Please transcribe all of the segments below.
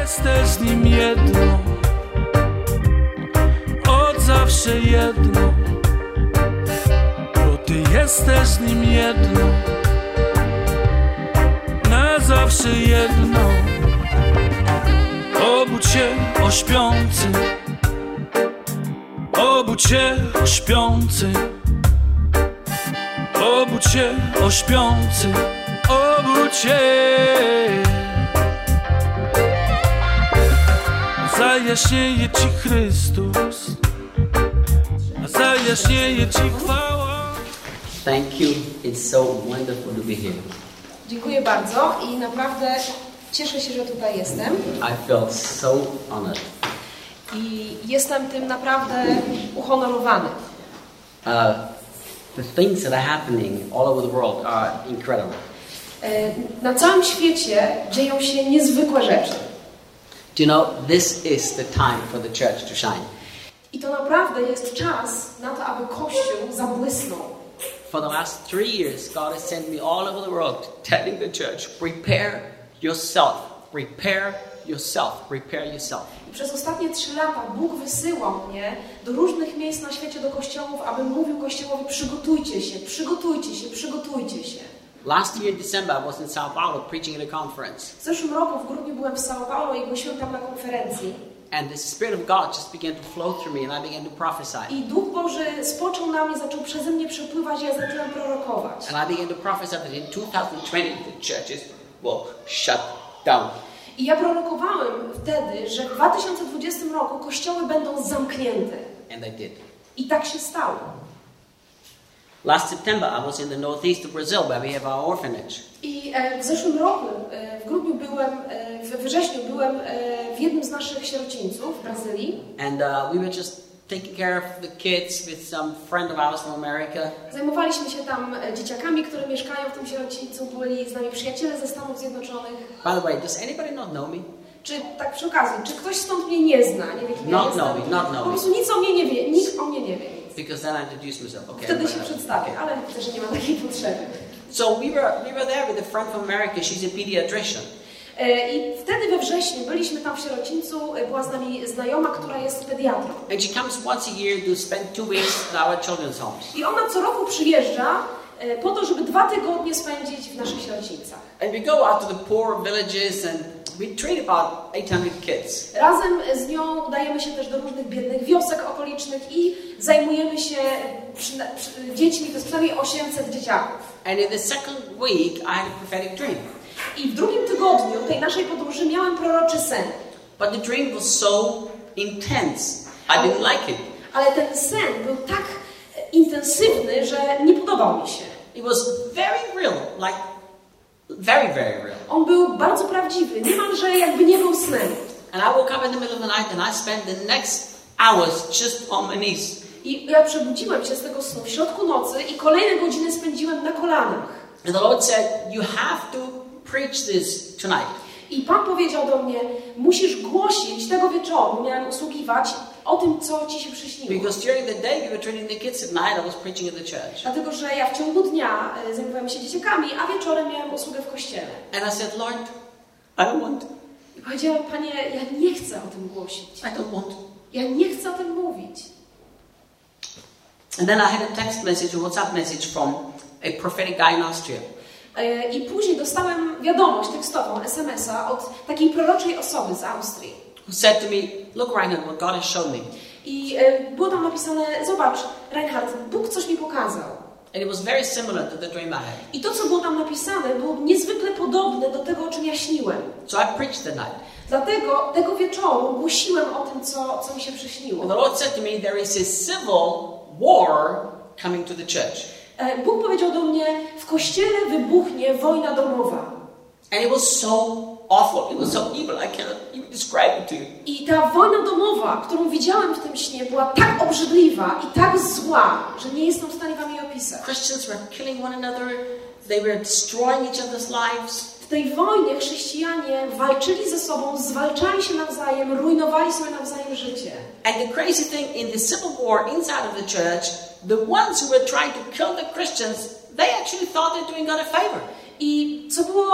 jesteś z Nim jedno, od zawsze jedno, bo Ty jesteś z Nim jedno, na zawsze jedno. Obudź się, o śpiący, obudź się, o śpiący, obudź się, o śpiący, obudź się. Zajaśnieje Ci Chrystus, zajaśnieje Ci chwała. Thank you. It's so wonderful to be here. Dziękuję bardzo i naprawdę cieszę się, że tutaj jestem. I feel so honored. I jestem tym naprawdę uhonorowany. The things that are happening all over the world are incredible. Na całym świecie dzieją się niezwykłe rzeczy. Do you know, this is the time for the church to shine. I to naprawdę jest czas na to, aby Kościół zabłysnął. For the last 3 years, God has sent me all over the world telling the church, prepare yourself, prepare yourself, prepare yourself. I przez ostatnie 3 lata Bóg wysyłał mnie do różnych miejsc na świecie, do kościołów, abym mówił Kościołowi, przygotujcie się, przygotujcie się, przygotujcie się. Last year in December, I was in Sao Paulo preaching at a conference. W zeszłym roku w grudniu byłem w São Paulo i głosiłem tam na konferencji. And the Spirit of God just began to flow through me and I began to prophesy. I Duch Boży spoczął na mnie, zaczął przeze mnie przepływać i ja zacząłem prorokować. And I began to prophesy that in 2020 the churches will shut down. I ja prorokowałem wtedy, że w 2020 roku kościoły będą zamknięte. And they did. I tak się stało. Last September I was in the northeast of Brazil where we have our orphanage. I w zeszłym roku, w grudniu byłem, we wrześniu byłem w jednym z naszych sierocińców w Brazylii. And we were just taking care of the kids with some friend of ours from America. Zajmowaliśmy się tam dzieciakami, które mieszkają w tym sierocińcu, byli z nami przyjaciele ze Stanów Zjednoczonych. By the way, does anybody not know me? Czy tak przy okazji, czy ktoś stąd mnie nie zna? Nie wie, kim ja jestem? Po prostu nic o mnie nie wie, nikt o mnie nie wie. Because then I introduce myself. Okay. Wtedy się przedstawię, ale myślę, że nie ma takiej potrzeby. So we were there with a friend from America. She's a pediatrician. I wtedy we wrześniu byliśmy tam w sierocińcu, była z nami znajoma, która jest pediatrą. And she comes once a year to spend 2 weeks at our children's homes. I ona co roku przyjeżdża po to, żeby 2 tygodnie spędzić w naszych sierocińcach. And we go out to the poor villages and we treat about 800 kids. Razem z nią udajemy się też do różnych biednych wiosek okolicznych i zajmujemy się dziećmi, to jest przynajmniej 800 dzieciaków. And in the second week I had a prophetic dream. I w drugim tygodniu tej naszej podróży miałem proroczy sen. But the dream was so intense. I didn't like it. Ale ten sen był tak intensywny, że nie podobał mi się. It was very real, like very, very real. On był bardzo prawdziwy, niemalże jakby nie był snem. And I woke up in the middle of the night and I spent the next hours just on my knees. I ja przebudziłem się z tego snu w środku nocy i kolejne godziny spędziłem na kolanach. And the Lord said, you have to preach this tonight. I Pan powiedział do mnie, musisz głosić tego wieczoru, miałem usługiwać o tym, co Ci się przyśniło. Because during the day we were training the kids, at night I was preaching in the church. Dlatego, że ja w ciągu dnia zajmowałem się dzieciakami, a wieczorem miałem usługę w kościele. And I said, Lord, I don't want. I powiedziałem, Panie, ja nie chcę o tym głosić. I don't want. Ja nie chcę o tym mówić. And then I had a text message, a WhatsApp message from a prophetic guy in Austria. I później dostałem wiadomość tekstową, SMS-a od takiej proroczej osoby z Austrii. Who said to me, look Reinhard, what God has shown me. I było tam napisane, zobacz, Reinhard, Bóg coś mi pokazał. And it was very similar to the dream I had. I to, co było tam napisane, było niezwykle podobne do tego, o czym ja śniłem. So I preached the night. Dlatego tego wieczoru głosiłem o tym, co mi się przyśniło. And the Lord said to me, there is a civil war coming to the church. Bóg powiedział do mnie, w kościele wybuchnie wojna domowa. And it was so awful, it was so evil, I cannot even describe it to you. I ta wojna domowa, którą widziałem w tym śnie, była tak obrzydliwa i tak zła, że nie jestem w stanie wam jej opisać. Christians were killing one another, they were destroying each other's lives. W tej wojnie chrześcijanie walczyli ze sobą, zwalczali się nawzajem, rujnowali sobie nawzajem życie. And the crazy thing, in the civil war inside of the church, the ones who were trying to kill the Christians, they actually thought they're doing God a favor. I co było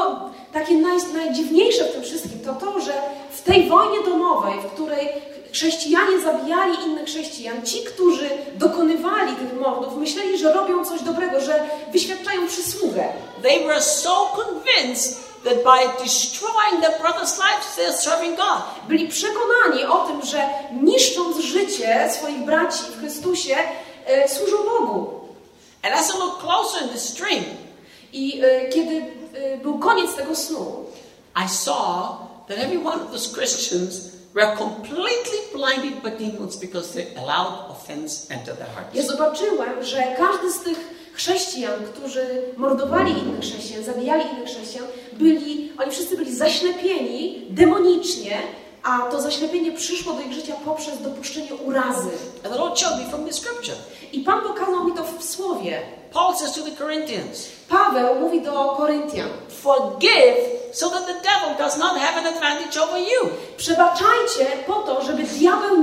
takie najdziwniejsze w tym wszystkim to to, że w tej wojnie domowej, w której chrześcijanie zabijali innych chrześcijan, ci, którzy dokonywali tych mordów, myśleli, że robią coś dobrego, że wyświadczają przysługę. They were so convinced that by destroying their brother's lives, they are serving God. Byli przekonani o tym, że niszcząc życie swoich braci w Chrystusie, służą Bogu. And as I look closer in this dream, I kiedy był koniec tego snu, I saw that every one of those Christians were completely blinded by demons because they allowed offense enter their hearts. ja zobaczyłem, że każdy z tych chrześcijan, którzy mordowali innych chrześcijan, zabijali innych chrześcijan, oni wszyscy byli zaślepieni demonicznie, a to zaślepienie przyszło do ich życia poprzez dopuszczenie urazy. And the Lord showed me from the scripture. I Pan pokazał mi to w Słowie. Paul says to the Corinthians, Paweł mówi do Koryntian: forgive so that the devil does not have an advantage over you. przebaczajcie po to, żeby diabeł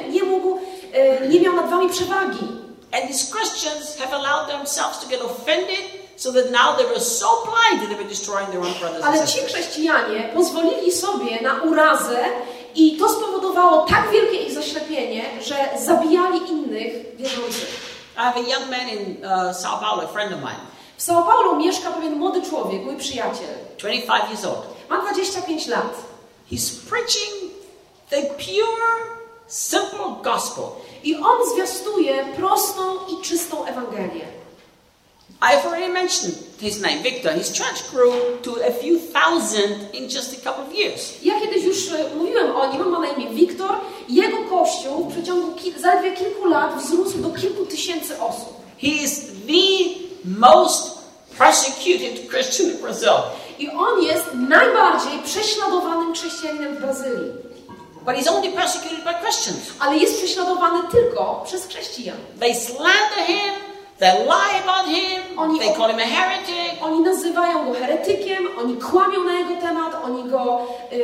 nie miał nad wami przewagi. And these Christians have allowed themselves to get offended so that now they were so blind that they were destroying their own brothers and Ale ci sisters. chrześcijanie pozwolili sobie na urazę i to spowodowało tak wielkie ich zaślepienie, że zabijali innych wierzących. I have a young man in Sao Paulo, a friend of mine, W São Paulo mieszka pewien młody człowiek, mój przyjaciel. 25 years old. Ma 25 lat. He's preaching the pure, simple gospel. I on zwiastuje prostą i czystą Ewangelię. I've already mentioned his name, Victor. His church grew to a few thousand in just a couple of years. Ja kiedyś już mówiłem o nim, on ma na imię Wiktor. Jego kościół w przeciągu zaledwie kilku lat wzrósł do kilku tysięcy osób. He is the most persecuted Christian in Brazil. I on jest najbardziej prześladowanym chrześcijaninem w Brazylii. But he's only persecuted by Christians. Ale jest prześladowany tylko przez chrześcijan. They slander him, they lie about him, they call him a heretic. Oni nazywają go heretykiem, oni kłamią na jego temat, oni go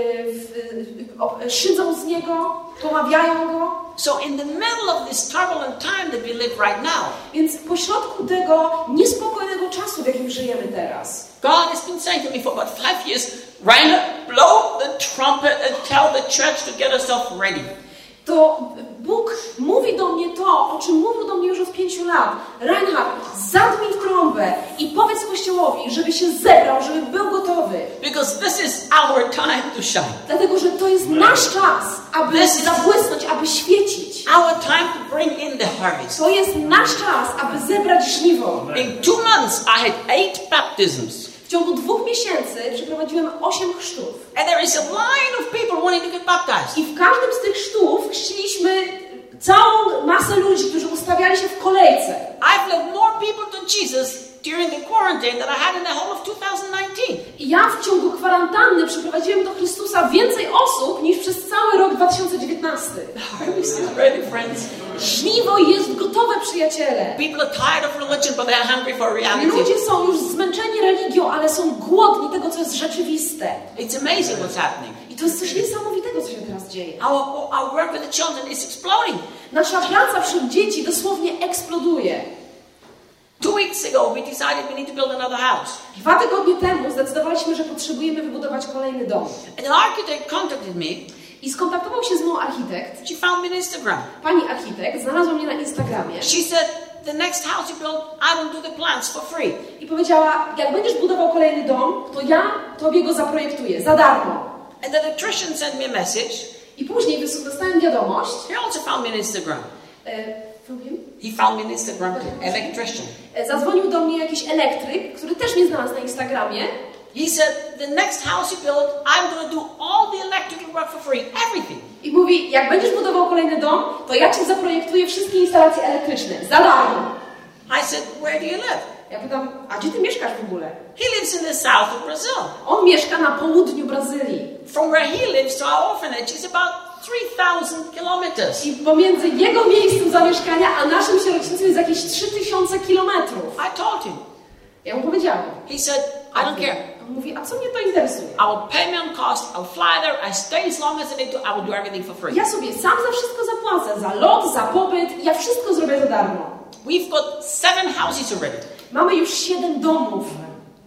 szydzą z niego, pomawiają go. So in the middle of this turbulent time that we live right now, Więc pośrodku tego niespokojnego czasu, w jakim żyjemy teraz, God has been saying to me for about 5 years, Rainer, blow the trumpet and tell the church to get herself ready. to Bóg mówi do mnie to, o czym mówił do mnie już od 5 lat. Reinhard, zadmij w trąbę i powiedz Kościołowi, żeby się zebrał, żeby był gotowy. Because this is our time to shine. Dlatego, że to jest nasz czas, aby zabłysnąć, aby świecić. Our time to bring in the harvest. To jest nasz czas, aby zebrać żniwo. In 2 months, I had 8 baptisms. W ciągu 2 miesięcy przeprowadziłem 8 chrztów. And there is a line of people wanting to get baptized. I w każdym z tych chrztów chrzciliśmy całą masę ludzi, którzy ustawiali się w kolejce. I've led more people to Jesus during the quarantine than I had in the whole of 2019. I ja w ciągu kwarantanny przyprowadziłem do Chrystusa więcej osób niż przez cały rok 2019. Harvest is ready, friends. Żniwo jest gotowe, przyjaciele. People are tired of religion, but they're hungry for reality. Ludzie są już zmęczeni religią, ale są głodni tego, co jest rzeczywiste. It's amazing what's happening. I to jest coś niesamowitego, co się teraz dzieje. Our work with the children is exploding. Nasza praca wśród dzieci dosłownie eksploduje. 2 weeks ago, we decided we need to build another house. 2 tygodnie temu zdecydowaliśmy, że potrzebujemy wybudować kolejny dom. And an architect contacted me. I skontaktował się z mną architekt. She found me on Instagram. Pani architekt znalazła mnie na Instagramie. She said, the next house you build, I will do the plans for free. I powiedziała, jak będziesz budował kolejny dom, to ja tobie go zaprojektuję, za darmo. And the electrician sent me a message. I później dostałem wiadomość. He also found me on Instagram. He found me on Instagram, electrician. Zadzwonił do mnie jakiś elektryk, który też mnie znalazł na Instagramie. He said, the next house you build, I'm going to do all the electrical work for free, everything. I mówi, jak będziesz budował kolejny dom, to ja ci zaprojektuję wszystkie instalacje elektryczne, za darmo. I said, where do you live? Ja pytam, a gdzie ty mieszkasz w ogóle? He lives in the south of Brazil. On mieszka na południu Brazylii. From where he lives to our orphanage is about 3,000 kilometers. I pomiędzy jego miejscem zamieszkania a naszym sierocińcem jest jakieś 3000 kilometrów. I told him. Ja mu powiedziałam. He said, I don't care. On mówi, a co mnie to interesuje? I will pay my own cost, I will fly there, I stay as long as I need to, I will do everything for free. Ja sobie sam za wszystko zapłacę, za lot, za pobyt, ja wszystko zrobię za darmo. We've got 7 houses already. Mamy już 7 domów.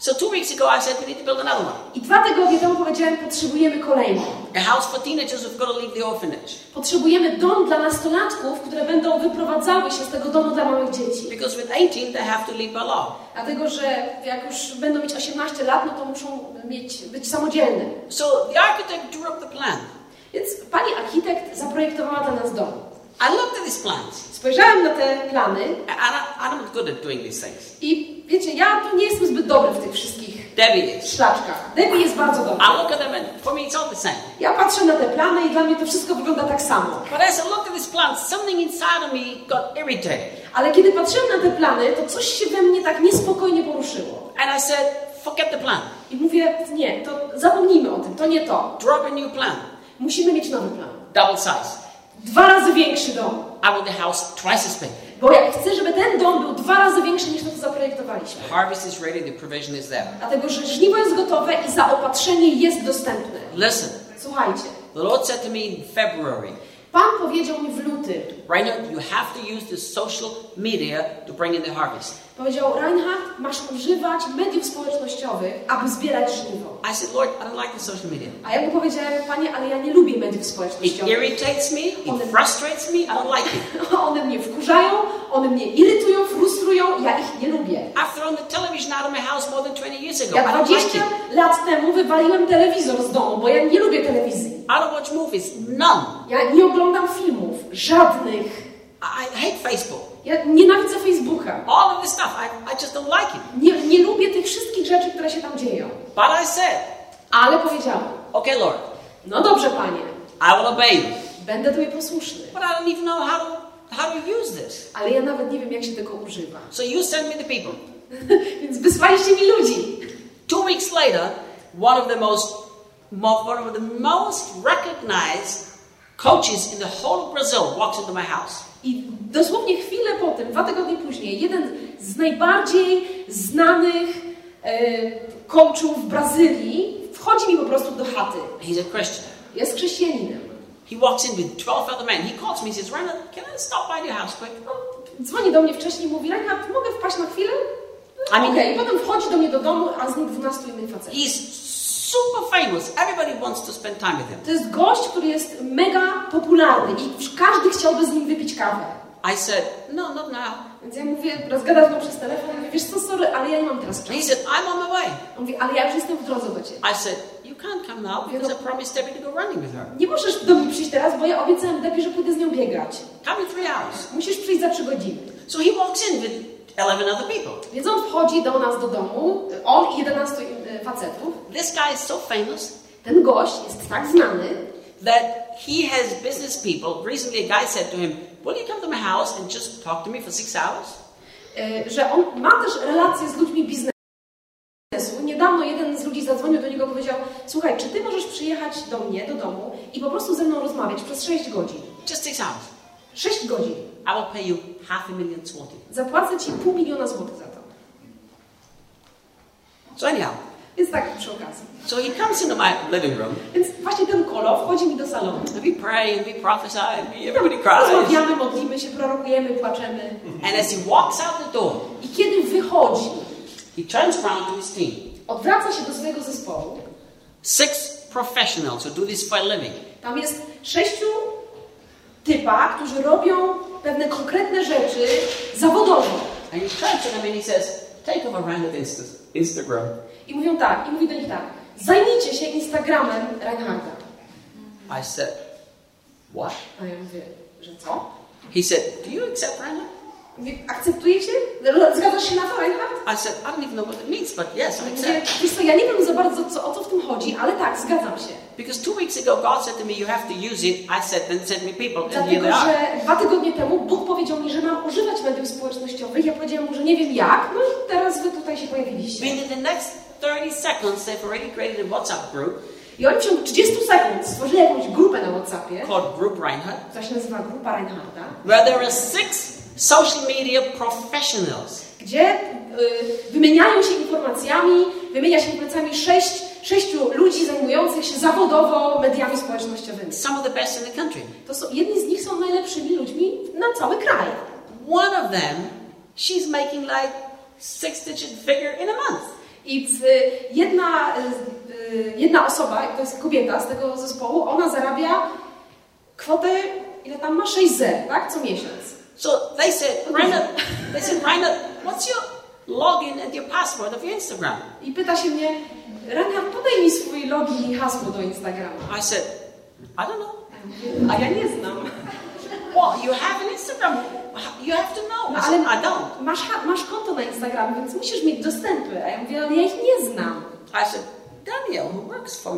So 2 weeks ago I said we need to build another one. I 2 tygodnie temu powiedziałem, potrzebujemy kolejną. A house for teenagers who've got to leave the orphanage. Potrzebujemy dom dla nastolatków, które będą wyprowadzały się z tego domu dla małych dzieci. Because with 18 they have to leave by law. Dlatego, że jak już będą mieć 18 lat, no to muszą być samodzielne. So the architect drew up the plan. Więc pani architekt zaprojektowała dla nas dom. I looked at these plans. Spojrzałem na te plany I'm not good at doing these things. i wiecie, ja tu nie jestem zbyt dobry w tych wszystkich Debbie is. szlaczkach. Debbie jest bardzo dobra. I look at them and for me it's all the same. Ja patrzę na te plany i dla mnie to wszystko wygląda tak samo. But as I looked at these plans, something inside of me got irritated. Ale kiedy patrzyłem na te plany, to coś się we mnie tak niespokojnie poruszyło. And I said, forget the plan. I mówię, nie, to zapomnijmy o tym, to nie to. Draw up a new plan. Musimy mieć nowy plan. Double size. 2 razy większy dom. I want the house twice as big. Bo ja chcę, żeby ten dom był 2 razy większy niż to, co zaprojektowaliśmy. The harvest is ready, the provision is there. Dlatego, że żniwo jest gotowe i zaopatrzenie jest dostępne. Listen, Słuchajcie. the Lord said to me in February, Pan powiedział mi w lutym, Reinhard, you have to use the social media to bring in the harvest. powiedział, Reinhard, masz używać mediów społecznościowych, aby zbierać żniwo. I said, Lord, I don't like the social media. A ja mu powiedziałem, Panie, ale ja nie lubię mediów It społecznościowych. irritates me, it frustrates me, I don't like it. One mnie wkurzają, one mnie irytują, frustrują, ja ich nie lubię. I've thrown the television out of my house more than 20 years ago. Ja I don't like 20 it. lat temu wywaliłem telewizor z domu, bo ja nie lubię telewizji. I don't watch movies, none. Ja nie oglądam filmów, żadnych. I hate Facebook. Ja nienawidzę Facebooka. All of this stuff, I just don't like it. Nie lubię tych wszystkich rzeczy, które się tam dzieją. But I said, Ale powiedziałam, okay, Lord, no dobrze, Panie, I will obey you. będę Tobie posłuszny. But I don't even know how to use this. Ale ja nawet nie wiem, jak się tego używa. So you send me the people. Więc wysłaliście mi ludzi. 2 weeks later, one of the most recognized coaches in the whole of Brazil walks into my house. I dosłownie chwilę po tym, 2 tygodnie później, jeden z najbardziej znanych coachów w Brazylii wchodzi mi po prostu do chaty. He's a Christian. Jest chrześcijaninem. He walks in with 12 other men. He calls me, he says, Reinhard, can I stop by your house quick? No, dzwoni do mnie wcześniej i mówi, Reinhard, mogę wpaść na chwilę? I mean, I potem wchodzi do mnie do domu, a z nim 12 innych facetów. he's super famous. Everybody wants to spend time with him. To jest gość, który jest mega popularny i każdy chciałby z nim wypić kawę. I said, no, not now. Więc ja mówię, rozgadam z nim przez telefon, mówię, wiesz co, sorry, ale ja nie mam teraz And he czasu. said, I'm on my way. On mówi, ale ja już jestem w drodze do Ciebie. I said, you can't come now because I promised Debbie to go running with her. Nie możesz do mnie przyjść teraz, bo ja obiecałem Debbie, że pójdę z nią biegać. Come in 3 hours. Musisz przyjść za 3 godziny. So he walks in with 11 other people. Więc on wchodzi do nas do domu, on i 11 facetów. This guy is so famous Ten gość jest tak znany, that he has business people. Recently a guy said to him, will you come to my house and just talk to me for 6 hours? Że on ma też relacje z ludźmi biznesu. Niedawno jeden z ludzi zadzwonił do niego i powiedział, słuchaj, czy ty możesz przyjechać do mnie, do domu i po prostu ze mną rozmawiać przez 6 godzin? Just 6 hours. 6 godzin. I will pay you $500,000 zloty. Zapłacę ci $500 000 złotych za to. So anyhow, Więc tak przy okazji. so he comes into my living room Więc właśnie ten kolo wchodzi mi do salonu. and we pray and we prophesy and everybody cries. Rozmawiamy, modlimy się, prorokujemy, płaczemy. And as he walks out the door, I kiedy wychodzi, he turns around to his team. odwraca się do swojego zespołu. 6 professionals who do this for a living. Tam jest 6 typa, którzy robią pewne konkretne rzeczy zawodowo. And he turns to them and he says, take over Reinhard Instagram. I mówią tak, i mówi do nich tak, zajmijcie się Instagramem Reinharda. I said, what? A ja mówię, że co? He said, do you accept Reinhard? Mówię, akceptujecie? Zgadzasz się na to, Reinhard? I said, I don't even know what it means, but yes, I Mówię, accept. wiesz co, ja nie wiem za bardzo o co w tym chodzi, ale tak, zgadzam się. Because 2 weeks ago, God said to me, you have to use it. I said, then send me people, and here Dlatego, they are. że 2 tygodnie temu Bóg powiedział mi, że mam używać mediów społecznościowych. Ja powiedziałam mu, że nie wiem jak, no i teraz wy tutaj się pojawiliście. Within the next 30 seconds, they've already created a WhatsApp group I oni w ciągu 30 sekund stworzyli jakąś grupę na WhatsAppie, called Group Reinhard, która się nazywa Grupa Reinharda, where there are 6 social media professionals. gdzie wymieniają się informacjami, wymienia się informacjami 6 ludzi zajmujących się zawodowo mediami społecznościowymi. Some of the best in the country. Jedni z nich są najlepszymi ludźmi na cały kraj. One of them, she's making like 6-digit figure in a month. I jedna osoba, to jest kobieta z tego zespołu, ona zarabia kwotę, ile tam ma? 6 zer, tak? Co miesiąc. So they said, Raina, what's your login and your password of your Instagram? I pyta się mnie, Reinhard, podaj mi swój login i hasło do Instagrama. I said, I don't know. A ja nie znam. Well, you have an Instagram. You have to know. No, I said, ale I don't. masz konto na Instagramie, więc musisz mieć dostępy. A ja mówię, ale ja ich nie znam. I said, Daniel, who works for me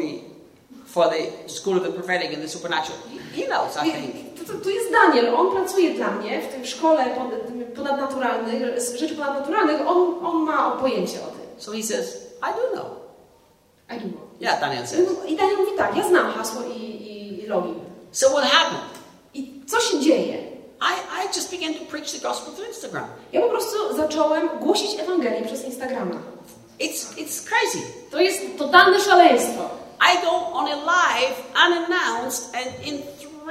for the School of the Prophetic and the Supernatural, he knows, I think. Tu jest Daniel, on pracuje dla mnie w tym szkole ponadnaturalnych, rzeczy ponadnaturalnych, on ma pojęcie o tym. So he says, I do know. I don't know. Yeah, Daniel says. I Daniel mówi tak, ja znam hasło i login. So what happened? I co się dzieje? I just began to preach the gospel through Instagram. Ja po prostu zacząłem głosić Ewangelię przez Instagrama. It's crazy. To jest totalne szaleństwo. I go on a live unannounced, and in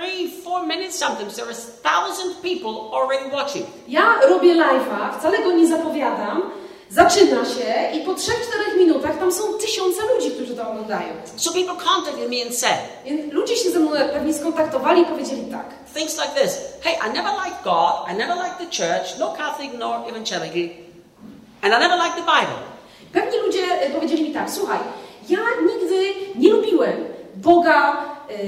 3-4 minutes sometimes there are 1,000 people already watching. Ja robię live'a, wcale go nie zapowiadam, zaczyna się i po 3-4 minutach tam są 1000 ludzi, którzy to oglądają. So people contacted me and said, Więc ludzie się ze mną pewnie skontaktowali i powiedzieli tak. things like this. Hey, I never liked God, I never liked the church, no Catholic nor evangelical, and I never liked the Bible. Pewni ludzie powiedzieli mi tak, słuchaj, ja nigdy nie lubiłem Boga,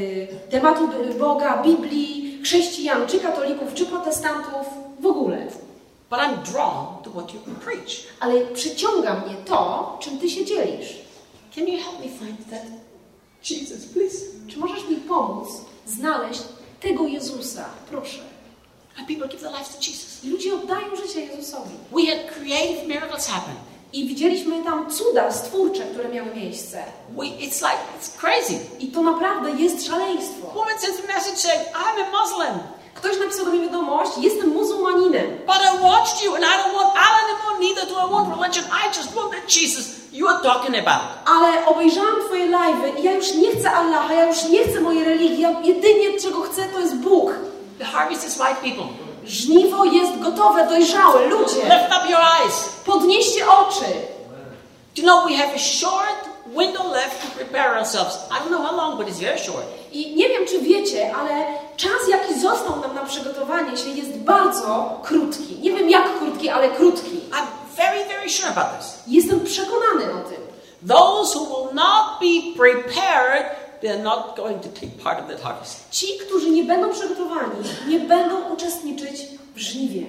tematu Boga, Biblii, chrześcijan, czy katolików, czy protestantów, w ogóle. But I'm drawn to what you preach. Ale przyciąga mnie to, czym ty się dzielisz. Can you help me find that Jesus, please? Czy możesz mi pomóc znaleźć tego Jezusa? Proszę. And people give their lives to Jesus. I ludzie oddają życie Jezusowi. We had creative miracles happen. I widzieliśmy tam cuda stwórcze, które miały miejsce. It's crazy. I to naprawdę jest szaleństwo. Woman sends a message saying, I'm a Muslim. Ktoś napisał do mnie wiadomość, jestem muzułmaninem. But I watched you and I don't want Allah anymore, neither do I want religion. I just want that Jesus you are talking about. Ale obejrzałam twoje live'y i ja już nie chcę Allaha, ja już nie chcę mojej religii, ja jedynie czego chcę to jest Bóg. The harvest is white people. Żniwo jest gotowe, dojrzałe, ludzie. Lift up your eyes. Podnieście oczy. Do you know we have a short window left to prepare ourselves? I don't know how long, but it's very short. I nie wiem, czy wiecie, ale czas, jaki został nam na przygotowanie się, jest bardzo krótki. Nie wiem, jak krótki, ale krótki. I'm very, very sure about this. Jestem przekonany o tym. Those who will not be prepared, they're not going to take part of that harvest. Ci, którzy nie będą przygotowani, nie będą uczestniczyć w żniwie.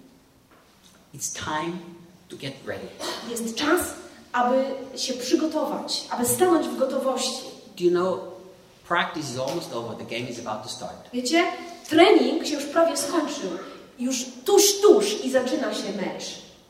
It's time to get ready. Jest czas, aby się przygotować, aby stanąć w gotowości. Do you know, practice is almost over. The game is about to start. Wiecie, trening się już prawie skończył. Już tuż i zaczyna się mecz.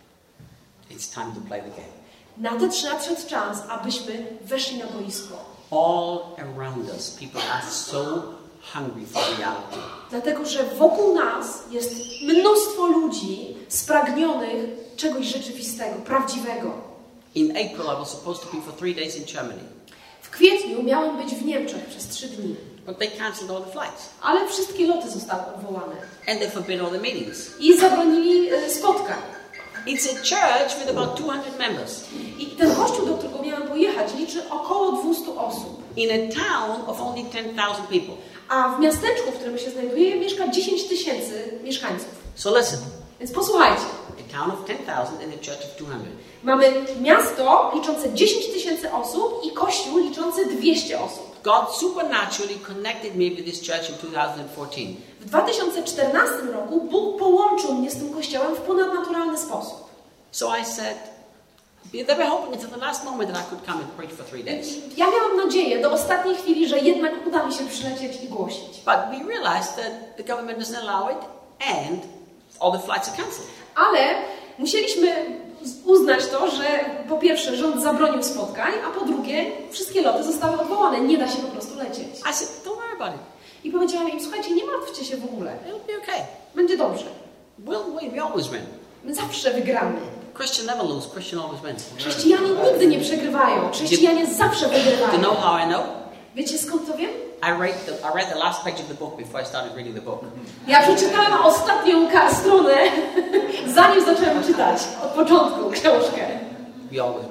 It's time to play the game. Nadszedł czas, abyśmy weszli na boisko. All around us, people are so hungry for reality. Dlatego, że wokół nas jest mnóstwo ludzi spragnionych czegoś rzeczywistego, prawdziwego. In April, I was supposed to be for 3 days in Germany. W kwietniu miałem być w Niemczech przez 3 dni. But they cancelled all the flights. Ale wszystkie loty zostały odwołane. And they forbid all the meetings. I zabronili spotkań. It's a church with about 200 members. I ten kościół, do którego miałem pojechać, liczy około 200 osób. In a town of only 10,000 people. A w miasteczku, w którym się znajduję, mieszka 10 000 mieszkańców. So listen. Więc posłuchajcie. A town of 10,000 and a church of 200. Mamy miasto liczące 10 000 osób i kościół liczący 200 osób. God supernaturally connected me with this church in 2014. W 2014 roku Bóg połączył mnie z tym kościołem w ponadnaturalny sposób. So I said, they were hoping until the last moment that I could come and preach for 3 days. Ja miałam nadzieję do ostatniej chwili, że jednak uda mi się przylecieć i głosić. But we realized that the government doesn't allow it and all the flights are cancelled. Ale musieliśmy uznać to, że po pierwsze rząd zabronił spotkań, a po drugie wszystkie loty zostały odwołane. Nie da się po prostu lecieć. I said, don't worry about it. I powiedziałam im, słuchajcie, nie martwcie się w ogóle. It'll be okay. Będzie dobrze. We'll win. We always win. My zawsze wygramy. Christian never lose. Christian always wins. Chrześcijanie nigdy nie przegrywają. Chrześcijanie zawsze Do you wygrywają. know how I know? Wiecie skąd to wiem? I read the last page of the book before I started reading the book. Ja przeczytałam ostatnią stronę, zanim zacząłem czytać od początku książkę. We always win.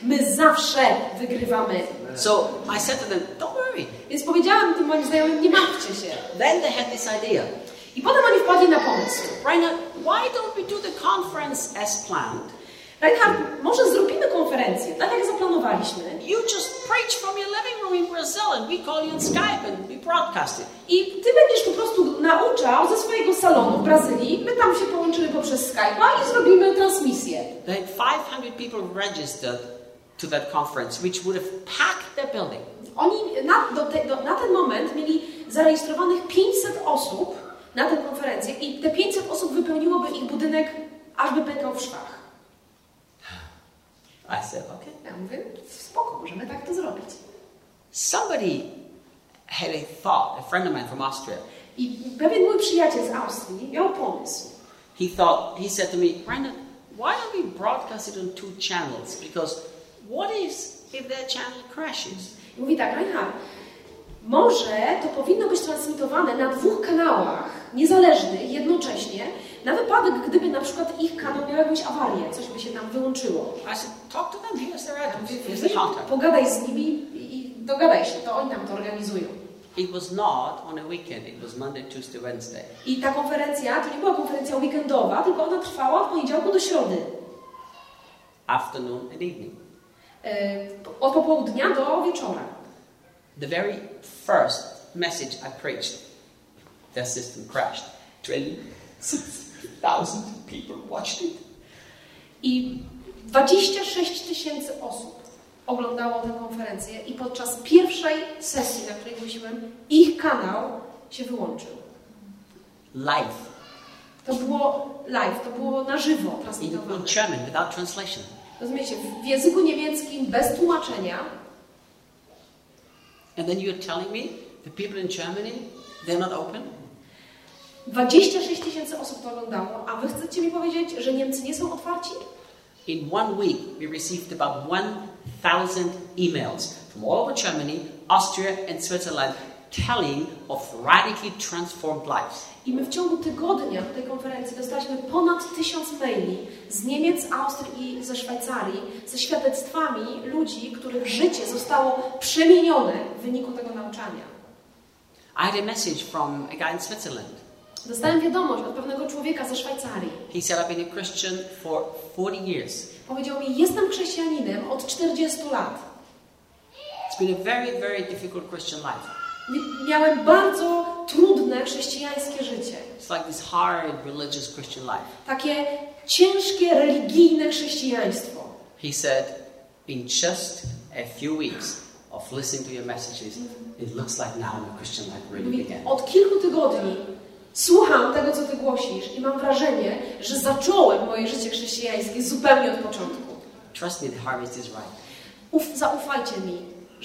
My zawsze wygrywamy. So I said to them, don't worry. Więc powiedziałam tym moim znajomym, nie martwcie się. Then they had this idea. I potem oni wpadli na pomysł. Reinhard, why don't we do the conference as planned? Reinhard, może zrobimy konferencję, tak jak zaplanowaliśmy. You just preach from your living room in Brazil and we call you on Skype and we broadcast it. I ty będziesz po prostu nauczał ze swojego salonu w Brazylii. My tam się połączymy poprzez Skype'a i zrobimy transmisję. They had 500 people registered to that conference, which would have packed their building. Oni na ten moment mieli zarejestrowanych 500 osób na tę konferencję i te 500 osób wypełniłoby ich budynek, aż by pękał w szwach. I said, okay. Ja mówię, spoko, możemy tak to zrobić. Somebody had a thought, a friend of mine from Austria. I pewien mój przyjaciel z Austrii miał pomysł. He said to me, Brandon, why don't we broadcast it on 2 channels? Because what if their channel crashes? I mówi tak, Reinhard, może to powinno być transmitowane na 2 kanałach, niezależnych, jednocześnie, na wypadek, gdyby na przykład ich kanał miał jakąś awarię, coś by się tam wyłączyło. I said, talk to them, here's their address, here's the contact. Pogadaj z nimi i dogadaj się, to oni tam to organizują. It was not on a weekend, it was Monday, Tuesday, Wednesday. I ta konferencja, to nie była konferencja weekendowa, tylko ona trwała od poniedziałku do środy. Afternoon and evening. Od popołudnia do wieczora. The very first message I preached, their system crashed. 26,000 people watched it. I 26 000 osób oglądało tę konferencję i podczas pierwszej sesji, na której głosiłem, ich kanał się wyłączył. Live. To było live, to było na żywo In transmitowane. German, without translation. Rozumiecie, w języku niemieckim bez tłumaczenia. And then you're telling me the people in Germany, they're not open? 26 000 osób to oglądało, a wy chcecie mi powiedzieć, że Niemcy nie są otwarci? In 1 week, we received about 1,000 emails from all over Germany, Austria and Switzerland telling of radically transformed lives. I my w ciągu tygodnia tej konferencji dostaliśmy ponad 1000 maili z Niemiec, Austrii i ze Szwajcarii ze świadectwami ludzi, których życie zostało przemienione w wyniku tego nauczania. I had a message from a guy in Switzerland. Dostałem wiadomość od pewnego człowieka ze Szwajcarii. He said, I've been a Christian for 40 years. Powiedział mi, jestem chrześcijaninem od 40 lat. It's been a very, very difficult Christian life. Miałem bardzo trudne chrześcijańskie życie. It's like this hard religious Christian life. Takie ciężkie, religijne chrześcijaństwo. He said, in just a few weeks of listening to your messages, it looks like now the Christian life really Mówi, began. od kilku tygodni słucham tego, co ty głosisz i mam wrażenie, że zacząłem moje życie chrześcijańskie zupełnie od początku. Trust me, the harvest is right. Zaufajcie mi,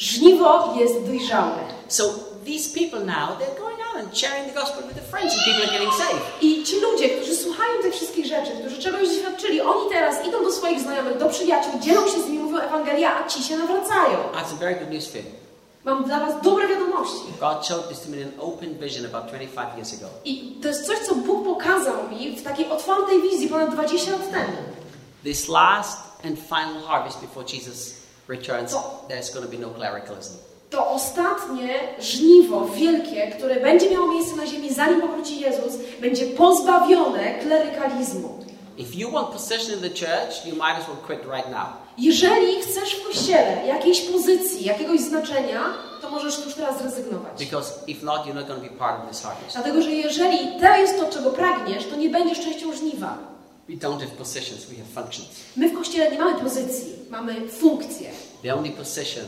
żniwo jest dojrzałe. So these people now, they're going out and sharing the gospel with their friends and people are getting saved. I ci ludzie, którzy słuchają tych wszystkich rzeczy, którzy czegoś doświadczyli, oni teraz idą do swoich znajomych, do przyjaciół, dzielą się z nimi, mówią Ewangelię, a ci się nawracają. I have some very good news for you. Mam dla was dobre wiadomości. God showed this to me in an open vision about 25 years ago. I to jest coś, co Bóg pokazał mi w takiej otwartej wizji ponad 20 lat temu. This last and final harvest before Jesus returns, there's going to be no clericalism. To ostatnie żniwo wielkie, które będzie miało miejsce na ziemi, zanim powróci Jezus, będzie pozbawione klerykalizmu. If you want position in the church, you might as well quit right now. Jeżeli chcesz w Kościele jakiejś pozycji, jakiegoś znaczenia, to możesz już teraz zrezygnować. Because if not, you're not going to be part of this harvest. Dlatego, że jeżeli to jest to, czego pragniesz, to nie będziesz częścią żniwa. We don't have positions, we have functions. My w Kościele nie mamy pozycji, mamy funkcje. The only position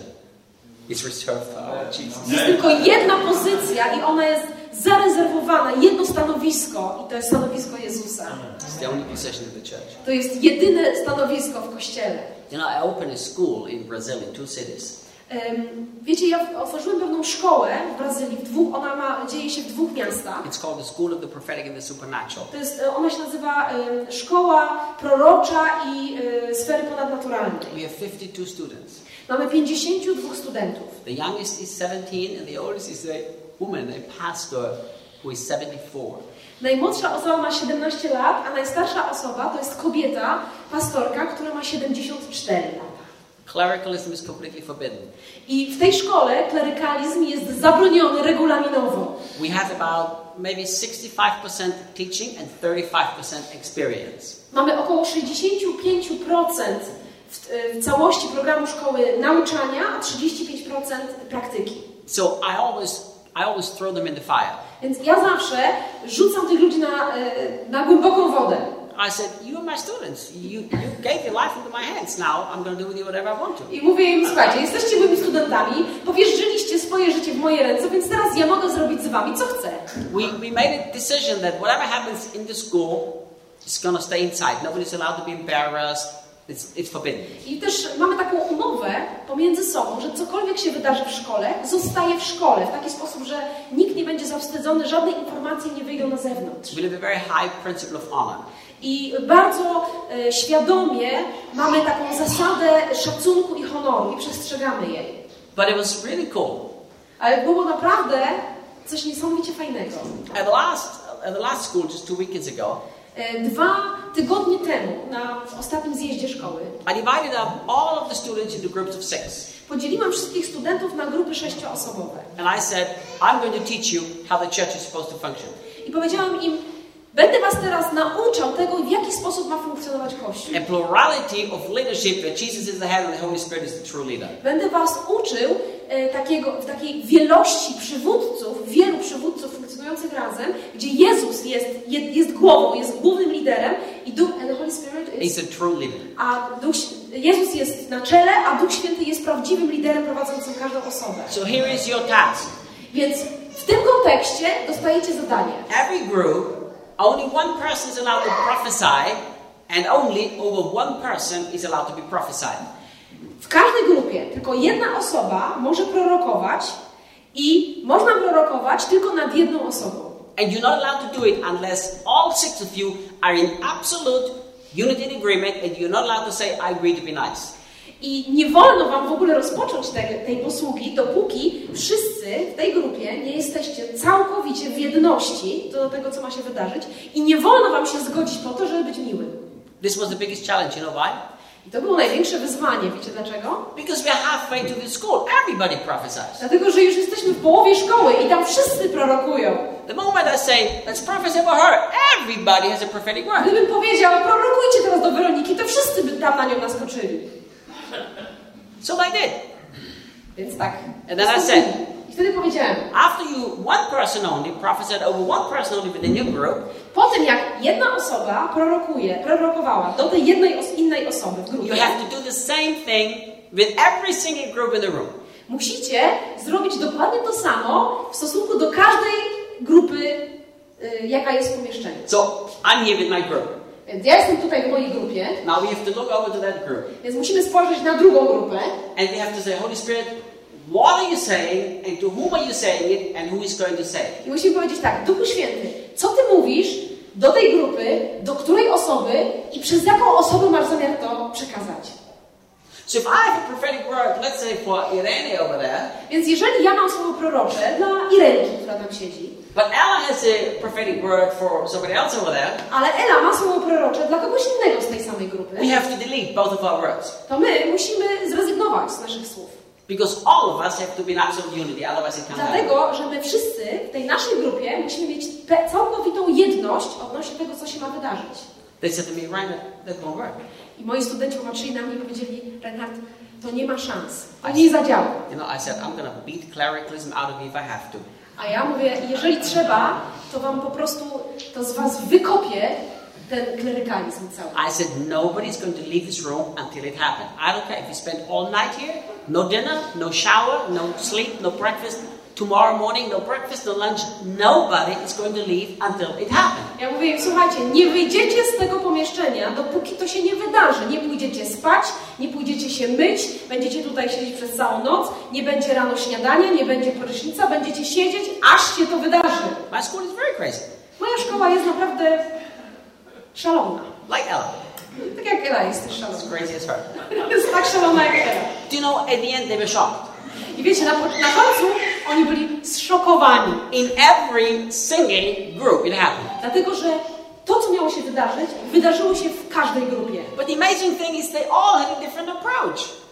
is reserved for our Jesus. Jest tylko jedna pozycja i ona jest zarezerwowana, jedno stanowisko i to jest stanowisko Jezusa. It's the only position in the church. To jest jedyne stanowisko w Kościele. You know, I opened a school in Brazil in 2 cities. Wiecie, ja otworzyłem pewną szkołę w Brazylii, dzieje się w 2 miastach. It's called the School of the Prophetic and the Supernatural. Ona się nazywa Szkoła Prorocza i Sfery Ponadnaturalnej. We have 52 students. Mamy 52 studentów. The youngest is 17 and the oldest is a woman, a pastor who is 74. Najmłodsza osoba ma 17 lat, a najstarsza osoba to jest kobieta, pastorka, która ma 74 lata. Clericalism is completely forbidden. I w tej szkole klerykalizm jest zabroniony regulaminowo. We have about maybe 65% teaching and 35% experience. Mamy około 65% w całości programu szkoły nauczania, a 35% praktyki. So I always throw them in the fire. Więc ja zawsze rzucam tych ludzi na głęboką wodę. I said, you are my students. You gave your life into my hands. Now I'm going to do with you whatever I want to. I mówię im, słuchajcie, jesteście moimi studentami, powierzyliście swoje życie w moje ręce, więc teraz ja mogę zrobić z wami, co chcę. We made a decision that whatever happens in the school is going to stay inside. Nobody's allowed to be embarrassed. It's forbidden. I też mamy taką umowę pomiędzy sobą, że cokolwiek się wydarzy w szkole, zostaje w szkole. W taki sposób, że nikt nie będzie zawstydzony, żadne informacje nie wyjdą na zewnątrz. We live a very high principle of honor. I bardzo świadomie mamy taką zasadę szacunku i honoru i przestrzegamy jej. But it was really cool. Ale było naprawdę coś niesamowicie fajnego. At the last school, just 2 weekends ago, 2 tygodnie temu, na ostatnim zjeździe szkoły, I divided up all of the students into groups of 6. podzieliłam wszystkich studentów na grupy 6-osobowe. And I said, I'm going to teach you how the church is supposed to function. I powiedziałam im, będę was teraz nauczał tego, w jaki sposób ma funkcjonować Kościół. A plurality of leadership, that Jesus is the head and the Holy Spirit is the true leader. Będę was uczył takiej wielości przywódców, wielu przywódców funkcjonujących razem, gdzie Jezus jest głową, jest głównym liderem i and the Holy Spirit He's a true leader. Jezus jest na czele, a Duch Święty jest prawdziwym liderem prowadzącym każdą osobę. So here is your task. Więc w tym kontekście dostajecie zadanie. Every group, only one person is allowed to prophesy, and only over one person is allowed to be prophesied. W każdej grupie tylko jedna osoba może prorokować i można prorokować tylko nad jedną osobą. And you're not allowed to do it unless all 6 of you are in absolute unity and agreement, and you're not allowed to say, I agree to be nice. I nie wolno wam w ogóle rozpocząć tej posługi, dopóki wszyscy w tej grupie nie jesteście całkowicie w jedności do tego, co ma się wydarzyć i nie wolno wam się zgodzić po to, żeby być miłym. This was the biggest challenge, you know why? I to było największe wyzwanie, wiecie dlaczego? Because we're halfway to the school, everybody prophesies. Dlatego, że już jesteśmy w połowie szkoły i tam wszyscy prorokują. The moment I say, let's prophesy about her, everybody has a prophetic word. Gdybym powiedział, prorokujcie teraz do Weroniki, to wszyscy by tam na nią naskoczyli. So I did. Więc tak. And then I said, I wtedy powiedziałem, after one person only prophesied over one person only within your group, po tym jak jedna osoba prorokowała do tej innej osoby w grupie, you have to do the same thing with every single group in the room. Musicie zrobić dokładnie to samo w stosunku do każdej grupy, jaka jest w pomieszczeniu. So I'm here with my group. Więc ja jestem tutaj w mojej grupie. Now we have to look over to that group. Więc musimy spojrzeć na drugą grupę. And we have to say, Holy Spirit, what are you saying, and to whom are you saying it, and who is going to say it? I musimy powiedzieć tak, Duchu Święty, co Ty mówisz do tej grupy, do której osoby i przez jaką osobę masz zamiar to przekazać? So if I have a prophetic word, let's say for Irene over there, Więc jeżeli ja mam słowo prorocze dla Irenki, która tam siedzi, but Ella has a prophetic word for somebody else over there, ale Ela ma słowo prorocze dla kogoś innego z tej samej grupy, we have to delete both of our words. to my musimy zrezygnować z naszych słów. Because all of us have to be in absolute unity, otherwise it can't happen. Dlatego, że my wszyscy w tej naszej grupie musimy mieć całkowitą jedność odnośnie tego, co się ma wydarzyć. They said to me, Reinhard, that won't work. I moi studenci popatrzyli na mnie i powiedzieli, Reinhard, to nie ma szans, to nie zadziała. You know, I said, I'm going to beat clericalism out of me if I have to. A ja mówię, jeżeli trzeba, to wam po prostu, to z was wykopię ten klerykalizm cały. I said, nobody's going to leave this room until it happens. I don't care if you spend all night here, no dinner, no shower, no sleep, no breakfast. Tomorrow morning, no breakfast, no lunch. Nobody is going to leave until it happens. Ja mówię im, słuchajcie, nie wyjdziecie z tego pomieszczenia, dopóki to się nie wydarzy. Nie pójdziecie spać, nie pójdziecie się myć, będziecie tutaj siedzieć przez całą noc, nie będzie rano śniadania, nie będzie prysznica, będziecie siedzieć, aż się to wydarzy. My school is very crazy. Moja szkoła jest naprawdę szalona. Like Ella. Tak jak Ela jest też szalona. As crazy as her. Jest tak szalona jak Ela. Do you know, at the end they were shocked. I wiecie, na końcu oni byli zszokowani. In every single group it happened. Dlatego, że to, co miało się wydarzyć, wydarzyło się w każdej grupie. But the amazing thing is they all had a different approach.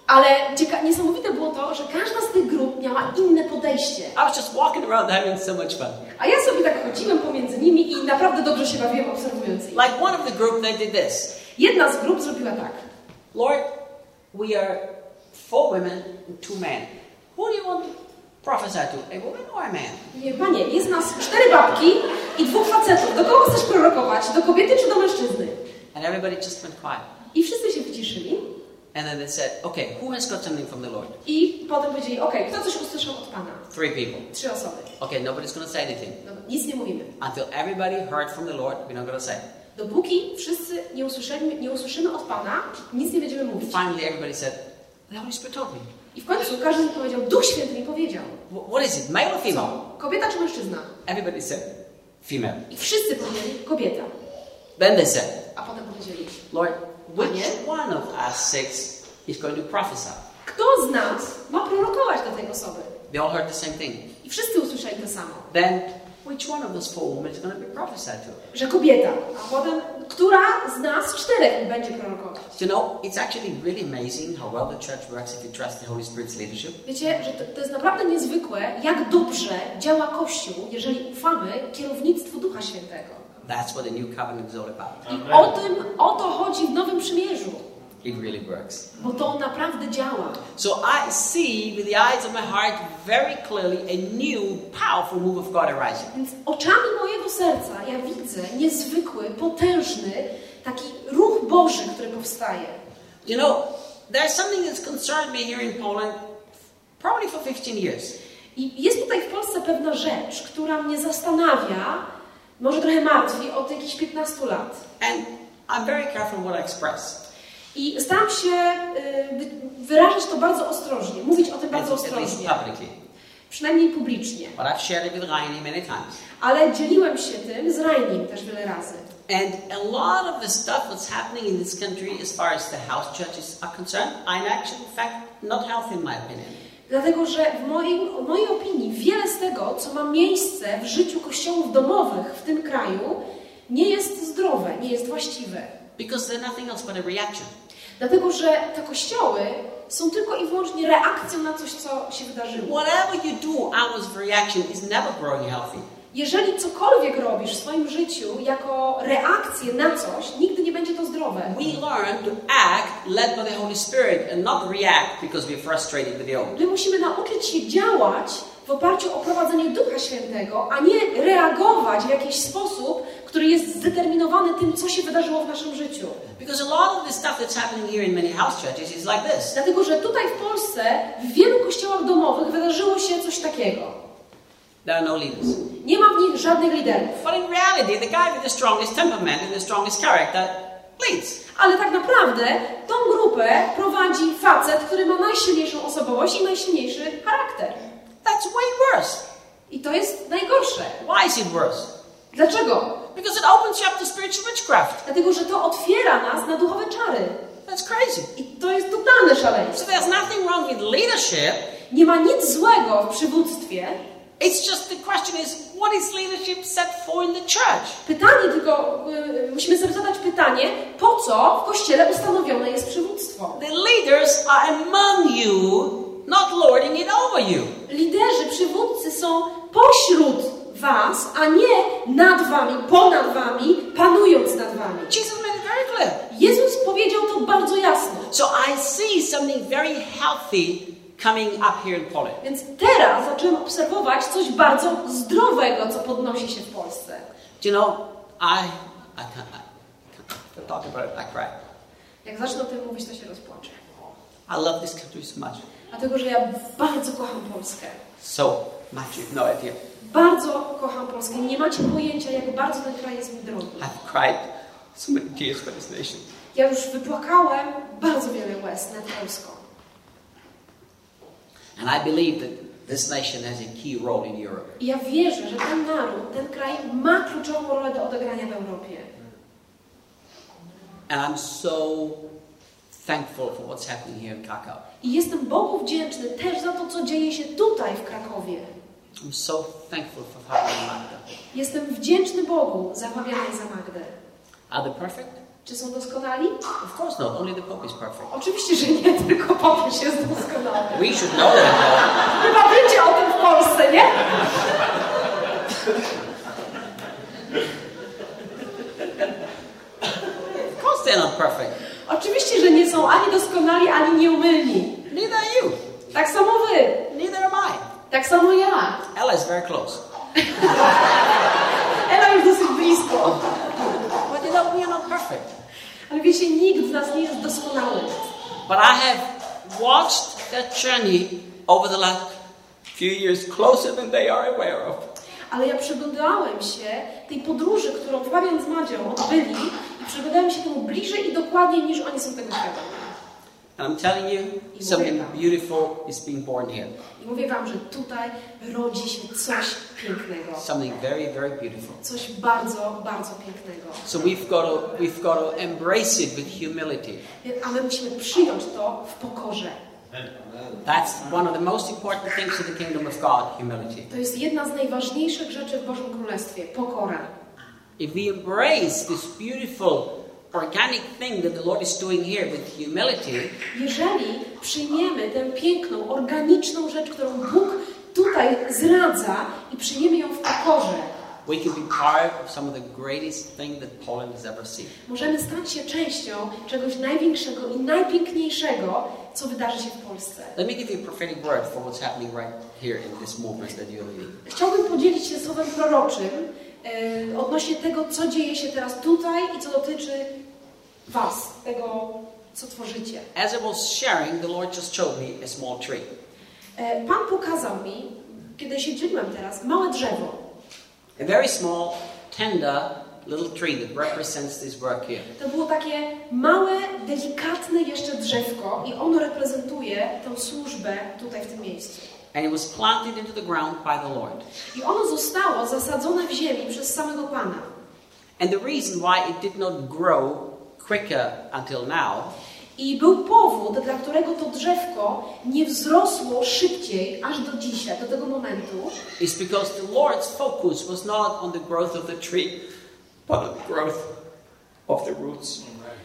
Ale niesamowite było to, że każda z tych grup miała inne podejście. I was just walking around having so much fun. A ja sobie tak chodziłem pomiędzy nimi i naprawdę dobrze się bawiłem obserwując ich. Like one of the group, they did this. Jedna z grup zrobiła tak. Lord, we are 4 women and 2 men. Who do you want to prophesy to? A woman or a man? Nie, Panie, jest nas 4 babki i 2 facetów. Do kogo chcesz prorokować? Do kobiety czy do mężczyzny? And everybody just went quiet. I wszyscy się wyciszyli. And then they said, okay, who has got something from the Lord? I potem powiedzieli, okej, kto coś usłyszał od Pana? 3 people. 3 osoby. Okay, nobody's going to say anything. No, nic nie mówimy. Until everybody heard from the Lord, we're not going to say. Dopóki wszyscy nie usłyszymy od Pana, nic nie będziemy mówić. Finally, everybody said, the Holy Spirit told me. I w końcu każdy mi powiedział, Duch Święty mi powiedział. What is it, male or female? Co? Kobieta czy mężczyzna? Everybody said, female. I wszyscy powiedzieli, kobieta. Then they said, A potem powiedzieli, Lord, Panie, which one of us 6 is going to prophesy? kto z nas ma prorokować do tej osoby? They all heard the same thing. I wszyscy usłyszeli to samo. Then, which one of those 4 women is going to be prophesied to? Że kobieta. A potem, która z nas 4 będzie prorokować? You know, it's actually really amazing how well the church works if you trust the Holy Spirit's leadership. Wiecie, że to jest naprawdę niezwykłe, jak dobrze działa Kościół, jeżeli ufamy kierownictwu Ducha Świętego. That's what the new covenant is all about. I o to chodzi w Nowym Przymierzu. It really works. Bo to naprawdę działa. So I see with the eyes of my heart very clearly a new, powerful move of God arising. Więc oczami mojego serca ja widzę niezwykły, potężny, taki ruch Boży, który powstaje. You know, there's something that's concerned me here in Poland probably for 15 years. I jest tutaj w Polsce pewna rzecz, która mnie zastanawia, może trochę martwi od jakichś 15 lat. And I'm very careful what I express. I staram się wyrażać to bardzo ostrożnie, mówić o tym bardzo At least ostrożnie. publicly. Przynajmniej publicznie. But I've shared it with Rainy many times. Ale dzieliłem się tym z Rainim też wiele razy. And a lot of the stuff that's happening in this country as far as the house churches are concerned, I'm actually, in fact, not healthy in my opinion. Dlatego, że w mojej opinii wiele z tego, co ma miejsce w życiu kościołów domowych w tym kraju, nie jest zdrowe, nie jest właściwe. Because they're nothing else but a reaction. Dlatego, że te kościoły są tylko i wyłącznie reakcją na coś, co się wydarzyło. Whatever you do out of reaction is never growing healthy. Jeżeli cokolwiek robisz w swoim życiu jako reakcję na coś, nigdy nie będzie to zdrowe. We learn to act led by the Holy Spirit and not react because we're frustrated with the old. My musimy nauczyć się działać w oparciu o prowadzenie Ducha Świętego, a nie reagować w jakiś sposób, który jest zdeterminowany tym, co się wydarzyło w naszym życiu. Because a lot of the stuff that's happening here in many house churches is like this. Dlatego, że tutaj w Polsce w wielu kościołach domowych wydarzyło się coś takiego. There are no leaders. Nie ma w nich żadnych liderów. But in reality, the guy with the strongest temperament and the strongest character leads. Ale tak naprawdę tą grupę prowadzi facet, który ma najsilniejszą osobowość i najsilniejszy charakter. That's way worse. I to jest najgorsze. Why is it worse? Dlaczego? Because it opens you up to spiritual witchcraft. Dlatego, że to otwiera nas na duchowe czary. That's crazy. I to jest totalne So szaleństwo. there's nothing wrong with leadership. Nie ma nic złego w przywództwie. It's just the question is, what is leadership set for in the church? Pytanie tylko, musimy sobie zadać pytanie, po co w Kościele ustanowione jest przywództwo? The leaders are among you, not lording it over you. Liderzy, przywódcy są pośród was, a nie nad wami, ponad wami, panując nad wami. Jesus made it very clear. Jezus powiedział to bardzo jasno. So I see something very healthy coming up here in Poland. Więc teraz zacząłem obserwować coś bardzo zdrowego, co podnosi się w Polsce. You know, I can't talk about it, I cry. Jak zacznę o tym mówić, to się rozpłaczę. I love this country so much. Dlatego, że ja bardzo kocham Polskę. So much, you've no idea. Bardzo kocham Polskę. Nie macie pojęcia, jak bardzo ten kraj jest mi drogi. I've cried so many tears for this nation. Ja już wypłakałem bardzo wiele łez nad Polską. And I believe that this nation has a key role in Europe. I ja wierzę, że ten naród, ten kraj ma kluczową rolę do odegrania w Europie. And I'm so thankful for what's happening here in Krakow. I jestem Bogu wdzięczny też za to, co dzieje się tutaj w Krakowie. I'm so thankful for Fabian and Magda. Jestem wdzięczny Bogu za Fabiana i za Magdę. Are they perfect? Czy są doskonali? Of course not. Only the Pope is perfect. Oczywiście, że nie, tylko papież jest doskonały. We should know that. Chyba wiecie o tym w Polsce, nie? Of course they're not perfect. Oczywiście, że nie są ani doskonali, ani nieumylni. Neither are you. Tak samo wy. Neither am I. Tak samo ja. Ella is very close. Ela już dosyć blisko. But you know, we are not perfect. Ale wiecie, nikt z nas nie jest doskonały. But I have watched that journey over the last few years closer than they are aware of. Ale ja przyglądałem się tej podróży, którą Fabian z Madzią odbyli i przyglądałem się temu bliżej i dokładniej niż oni są tego świadomi. And I'm telling you, something beautiful is being born here. I mówię wam, że tutaj rodzi się coś pięknego. Something very, very beautiful. Coś bardzo, bardzo pięknego. So we've got to embrace it with humility. A my musimy przyjąć to w pokorze. That's one of the most important things in the kingdom of God, humility. To jest jedna z najważniejszych rzeczy w Bożym Królestwie. Pokora. If we embrace this beautiful organic thing that the Lord is doing here with humility, Jeżeli przyjmiemy tę piękną, organiczną rzecz, którą Bóg tutaj zradza i przyjmiemy ją w pokorze, we can be part of some of the greatest thing that Poland has ever seen. możemy stać się częścią czegoś największego i najpiękniejszego, co wydarzy się w Polsce. Let me give you a prophetic word for what's happening right here in this movement that you're leading. Chciałbym podzielić się słowem proroczym odnośnie tego, co dzieje się teraz tutaj i co dotyczy was, tego, co tworzycie. As I was sharing, the Lord just showed me a small tree. Pan pokazał mi, kiedy się dzieliłem teraz, małe drzewo. A very small, tender little tree that represents this work here. To było takie małe, delikatne jeszcze drzewko i ono reprezentuje tę służbę tutaj w tym miejscu. And it was planted into the ground by the Lord. I ono zostało zasadzone w ziemi przez samego Pana. And the reason why it did not grow quicker until now I był powód, dla którego to drzewko nie wzrosło szybciej aż do dzisiaj, do tego momentu, is because the Lord's focus was not on the growth of the tree, but on the growth of the roots.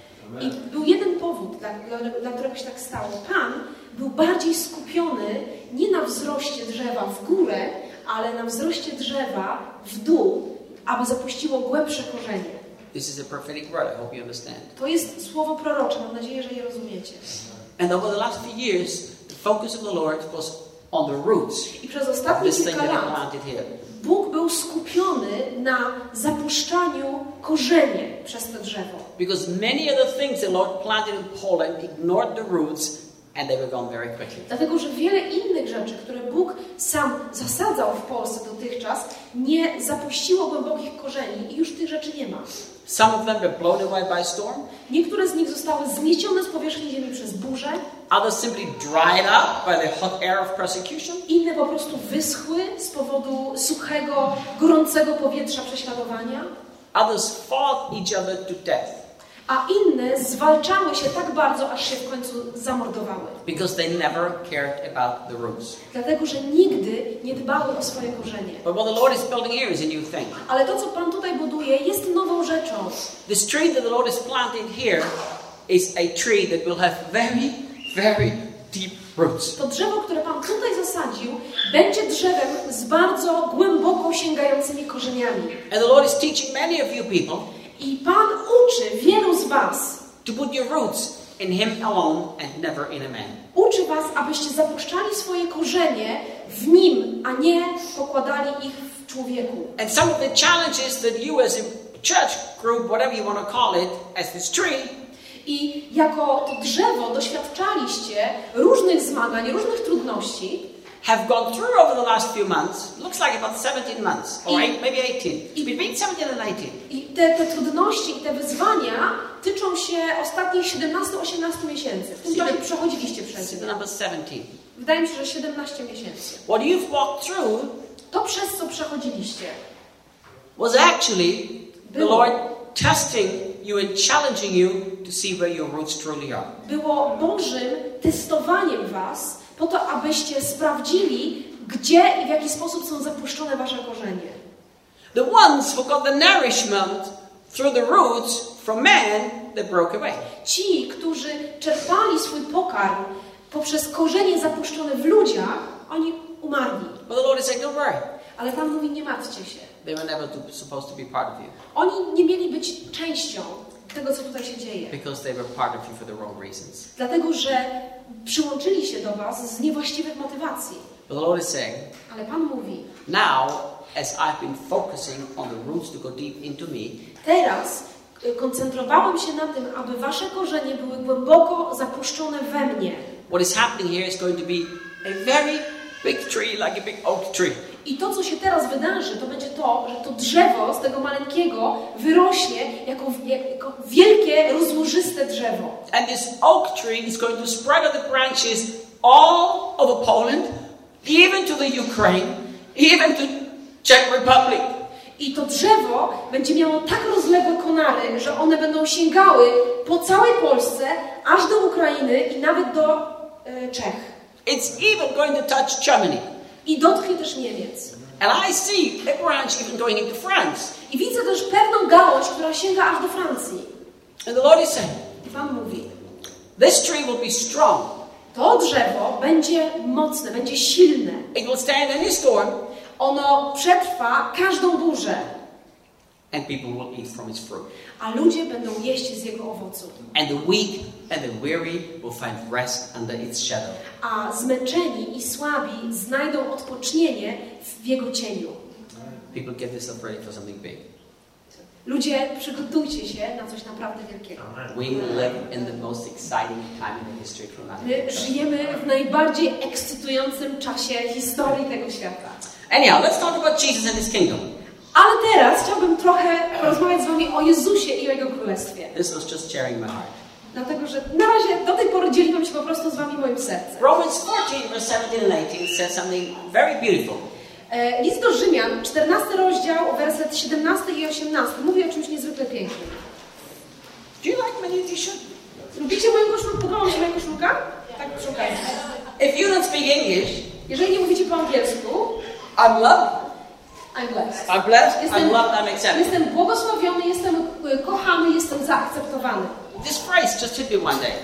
I był jeden powód, dla którego się tak stało. Pan był bardziej skupiony nie na wzroście drzewa w górę, ale na wzroście drzewa w dół, aby zapuściło głębsze korzenie. This is a prophetic word. I hope you understand. To jest słowo prorocze. Mam nadzieję, że je rozumiecie. And over the last few years, the focus of the Lord was on the roots I przez of ostatnie this thing kilka that He lat planted here. Bóg był skupiony na zapuszczaniu korzenie przez to drzewo. Because many of the things the Lord planted in Poland ignored the roots and they were gone very quickly. Dlatego, że wiele innych rzeczy, które Bóg sam zasadzał w Polsce dotychczas, nie zapuściło głębokich korzeni i już tych rzeczy nie ma. Some of them were blown away by storm. Niektóre z nich zostały zmiecione z powierzchni ziemi przez burzę, Others simply dried up by the hot air of persecution. inne po prostu wyschły z powodu suchego, gorącego powietrza prześladowania, Others fought each other to death a inne zwalczały się tak bardzo, aż się w końcu zamordowały. because they never cared about the roots. Dlatego, że nigdy nie dbały o swoje korzenie. But what the Lord is building here is a new thing. Ale to, co Pan tutaj buduje, jest nową rzeczą. This tree that the Lord is planting here is a tree that will have very, very deep roots. To drzewo, które Pan tutaj zasadził, będzie drzewem z bardzo głęboko sięgającymi korzeniami. And the Lord is teaching many of you people I Pan uczy wielu z was, to put your roots in Him alone and never in a man. uczy was, abyście zapuszczali swoje korzenie w Nim, a nie pokładali ich w człowieku. And some of the challenges that you as a church group, whatever you want to call it, as this tree, I jako to drzewo doświadczaliście różnych zmagań, różnych trudności, have gone through over the last few months. Looks like about 17 months, or maybe 18. It's between 17 and 18. i te trudności i te wyzwania tyczą się ostatnich 17-18 miesięcy. W tym czasie przechodziliście przez This is nie. the number 17. Wydaje mi się, że 17 miesięcy. What you've walked through To przez co przechodziliście, was actually the Lord testing you and challenging you to see where your roots truly are. było Bożym testowaniem was po to, abyście sprawdzili, gdzie i w jaki sposób są zapuszczone wasze korzenie. The ones who got the nourishment through the roots from man they broke away. Ci, którzy czerpali swój pokarm poprzez korzenie zapuszczone w ludziach, oni umarli. But the Lord is saying, don't worry. Ale Pan mówi, nie martwcie się. They were never supposed to be part of you. Oni nie mieli być częścią tego, co tutaj się dzieje. Because they were part of you for the wrong reasons. Dlatego, że przyłączyli się do Was z niewłaściwych motywacji. But the Lord is saying, Ale Pan mówi, now, as I've been focusing on the roots to go deep into me, teraz koncentrowałem się na tym, aby Wasze korzenie były głęboko zapuszczone we mnie. what is happening here is going to be a very big tree, like a big oak tree. I to, co się teraz wydarzy, to będzie to, że to drzewo z tego maleńkiego wyrośnie jako wielkie, rozłożyste drzewo. And this oak tree is going to spread out the branches all over Poland, even to the Ukraine, even to Czech Republic. I to drzewo będzie miało tak rozległe konary, że one będą sięgały po całej Polsce, aż do Ukrainy i nawet do Czech. It's even going to touch Germany. I dotknie też Niemiec. And I see a branch even going into France. I widzę też pewną gałąź, która sięga aż do Francji. And the Lord is saying, I Pan mówi, this tree will be strong. to drzewo będzie mocne, będzie silne. It will stand any storm. Ono przetrwa każdą burzę. And people will eat from its fruit. A ludzie będą jeść z jego owocu. And the weak and the weary will find rest under its shadow. A zmęczeni i słabi znajdą odpocznienie w jego cieniu. People get themselves ready for something big. Ludzie, przygotujcie się na coś naprawdę wielkiego. We live in the most exciting time in the history of humanity. My żyjemy w najbardziej ekscytującym czasie historii tego świata. Anyhow, let's talk about Jesus and His kingdom. Ale teraz chciałbym trochę porozmawiać z Wami o Jezusie i o Jego Królestwie. This was just sharing my heart. Dlatego, że na razie do tej pory dzieliłam się po prostu z Wami moim sercem. Romans 14, verse 17 and 18 says something very beautiful. List do Rzymian, 14 rozdział, werset 17 i 18 mówi o czymś niezwykle pięknym. Do you like my new t-shirt? Lubicie moją koszulkę? Podoba mi się moja koszulka? Tak, szukajcie. If you don't speak English, Jeżeli nie mówicie po angielsku, I'm loved. I'm blessed. I'm blessed. I'm loved. I'm accepted. Jestem błogosławiony, jestem kochany, jestem zaakceptowany. This phrase just hit me one day.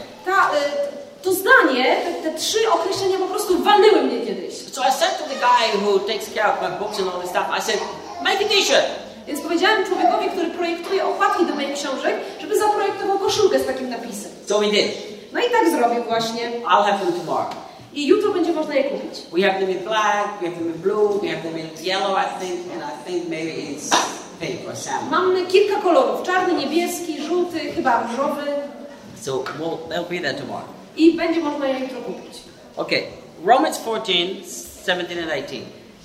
To zdanie, te trzy określenia po prostu walnęły mnie kiedyś. So I said to the guy who takes care of my books and all this stuff, I said, make a t-shirt. Więc powiedziałem człowiekowi, który projektuje okładki do moich książek, żeby zaprojektował koszulkę z takim napisem. So we did. No i tak zrobił właśnie. I'll have them tomorrow. I jutro będzie można je kupić. We have them in black, we have them in blue, we have them in yellow, I think, and I think maybe it's pink or salmon. Mamy kilka kolorów. Czarny, niebieski, żółty, chyba różowy. So they'll be there tomorrow. I będzie można je jutro kupić. Okay, Romans 14, 17 and 18.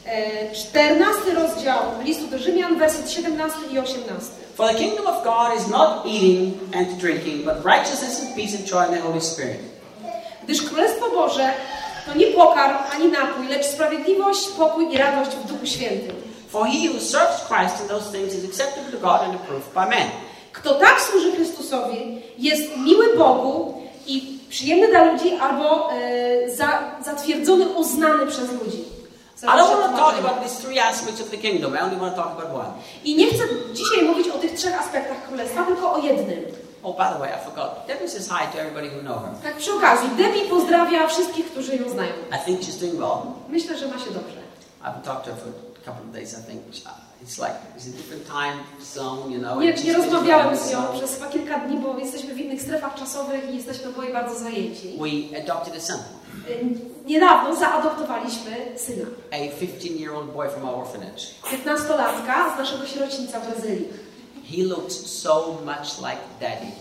14 rozdział listu do Rzymian, werset 17 i 18. For the kingdom of God is not eating and drinking, but righteousness and peace and joy in the Holy Spirit. Gdyż Królestwo Boże to nie pokarm ani napój, lecz sprawiedliwość, pokój i radość w Duchu Świętym. For he who serves Christ in those things is acceptable to God and approved by men. Kto tak służy Chrystusowi, jest miły Bogu i przyjemny dla ludzi, albo zatwierdzony, uznany przez ludzi. I don't want to talk about these three aspects of the kingdom. I only want to talk about one. I nie chcę dzisiaj mówić o tych trzech aspektach Królestwa, tylko o jednym. Oh, by the way, I forgot. Debbie says hi to everybody who know her. Tak przy okazji, Debbie pozdrawia wszystkich, którzy ją znają. I think she's doing well. Myślę, że ma się dobrze. I've talked to her for a couple of days. I think it's like it's a different time zone, you know. Nie rozmawiałem z nią przez chyba kilka dni, bo jesteśmy w innych strefach czasowych i jesteśmy oboje bardzo zajęci. We adopted a son. Niedawno zaadoptowaliśmy syna. A 15-year-old boy from our orphanage. 15-latka z naszego sierocińca w Brazylii. He looks so much like daddy.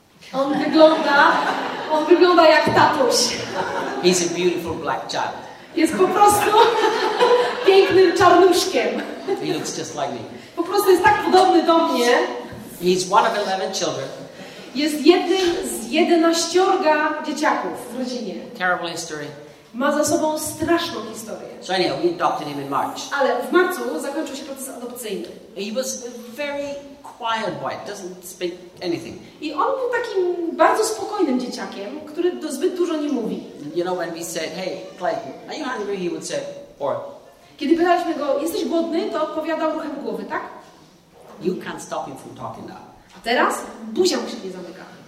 On wygląda jak tatuś. He's a beautiful black child. Jest po prostu pięknym czarnuszkiem. He looks just like me. Po prostu jest tak podobny do mnie. He's one of 11 children. Jest jednym z 11 dzieciaków w rodzinie. Terrible history. Ma za sobą straszną historię. So anyhow, we adopted him in March. Ale w marcu zakończył się proces adopcyjny. He was a very quiet boy. Doesn't speak anything. I on był takim bardzo spokojnym dzieciakiem, który zbyt dużo nie mówi. You know, when we said, hey, Clayton, are you hungry? He would say, or, Kiedy pytaliśmy go, jesteś głodny? To odpowiadał ruchem głowy, tak? you can't stop him from talking now. A teraz buzia mu się nie zamyka.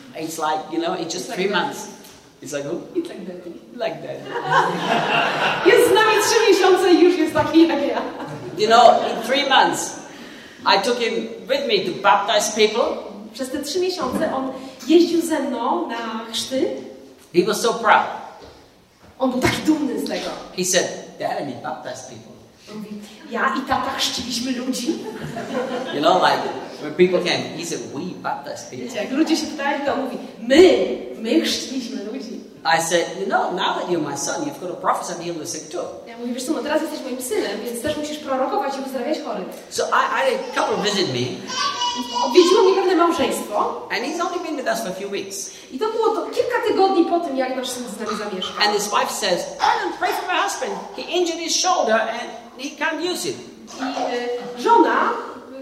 It's like, you know, in just 3 months. It's like, who? It's like daddy. Like that. Jest z nami 3 miesiące i już jest taki jak ja. You know, in 3 months, I took him with me to baptize people. Przez te 3 miesiące on jeździł ze mną na chrzty. He was so proud. On był taki dumny z tego. He said, Dad, we baptized people. On mówi, ja i tata chrzciliśmy ludzi. You know, like, when people came, he said, we baptized people. Wiecie, jak ludzie się pytali, to on mówi, my chrzciliśmy ludzi. I said, you know, now that you're my son, you've got to prophesy and heal the sick too. Ja mówię, wiesz co, no teraz jesteś moim synem, więc też musisz prorokować i uzdrawiać chorych. So I had a couple visit me, Odwiedziło mnie pewne małżeństwo and he's only been with us for a few weeks. i to było to kilka tygodni po tym, jak nasz syn z nami zamieszkał. And his wife says, Arnold, pray for my husband. He injured his shoulder and he can't use it. I żona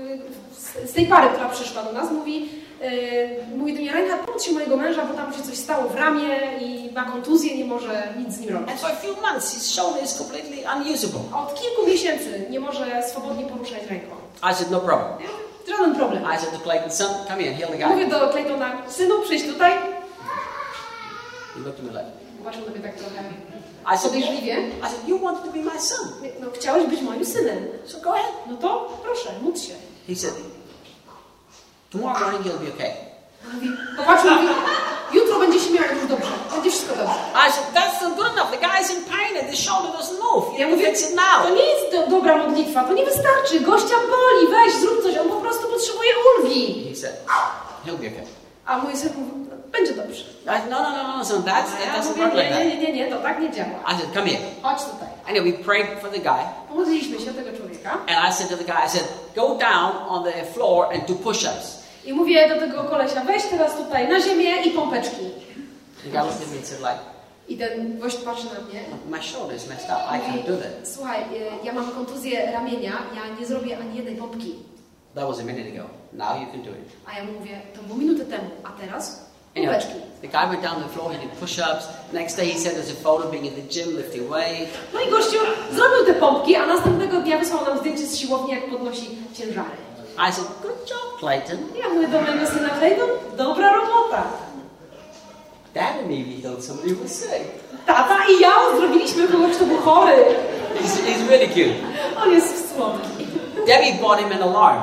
z tej pary, która przyszła do nas, mówi do mnie, Reinhard, pomóż się mojego męża, bo tam się coś stało w ramię i ma kontuzję, nie może nic z nim robić. And for a few months, his shoulder is completely unusable. A od kilku miesięcy nie może swobodnie poruszać ręką. I said, no problem. Żaden problem. I said to Clayton, son, come here, heal the guy. Mówię do Claytona, synu, przyjdź tutaj. He looked at me like, Patrzył na mnie tak trochę I said, podejrzliwie. I said, you wanted to be my son. No, chciałeś być moim synem. So go ahead. No to proszę, módl się. He said, tomorrow morning he'll be okay. Mówi, popatrzył, mówi, jutro będzie się miał już dobrze. Będzie wszystko dobrze. I said, that's not good enough. The guy's in pain and his shoulder doesn't move. You Ja have to mówię, fix it now. to nie jest dobra modlitwa, to nie wystarczy. Gościa boli, weź, zrób coś, on po prostu potrzebuje ulgi. He said, he'll be okay. A mój syn mówi, będzie dobrze. I said, no, son, that Ja doesn't mówię, work like that. nie, to tak nie działa. I said, come here. Chodź tutaj. Anyway, we prayed for the guy. Pomodliliśmy się o tego człowieka. And I said to the guy, I said, go down on the floor and do push-ups. I mówię do tego kolesia, weź teraz tutaj na ziemię i pompeczki. The guy looked at me and said, like, I ten gość patrzy na mnie. my shoulder is messed up. I can't do that. Słuchaj, ja mam kontuzję ramienia, ja nie zrobię ani jednej pompki. That was a minute ago. Now you can do it. A ja mu mówię, to było minutę temu, a teraz Anyway, pompeczki. the guy went down to the floor, he did push-ups. Next day he sent us a photo being in the gym, lifting weight. No i gościu zrobił te pompki, a następnego dnia wysłał nam zdjęcie z siłowni, jak podnosi ciężary. I said, good job, Clayton. Ja mówię do mojego syna, Clayton, dobra robota. Dad and me, we thought somebody was sick. Tata i ja zrobiliśmy kogoś, kto był chory. He's really cute. On jest słodki. Debbie bought him an alarm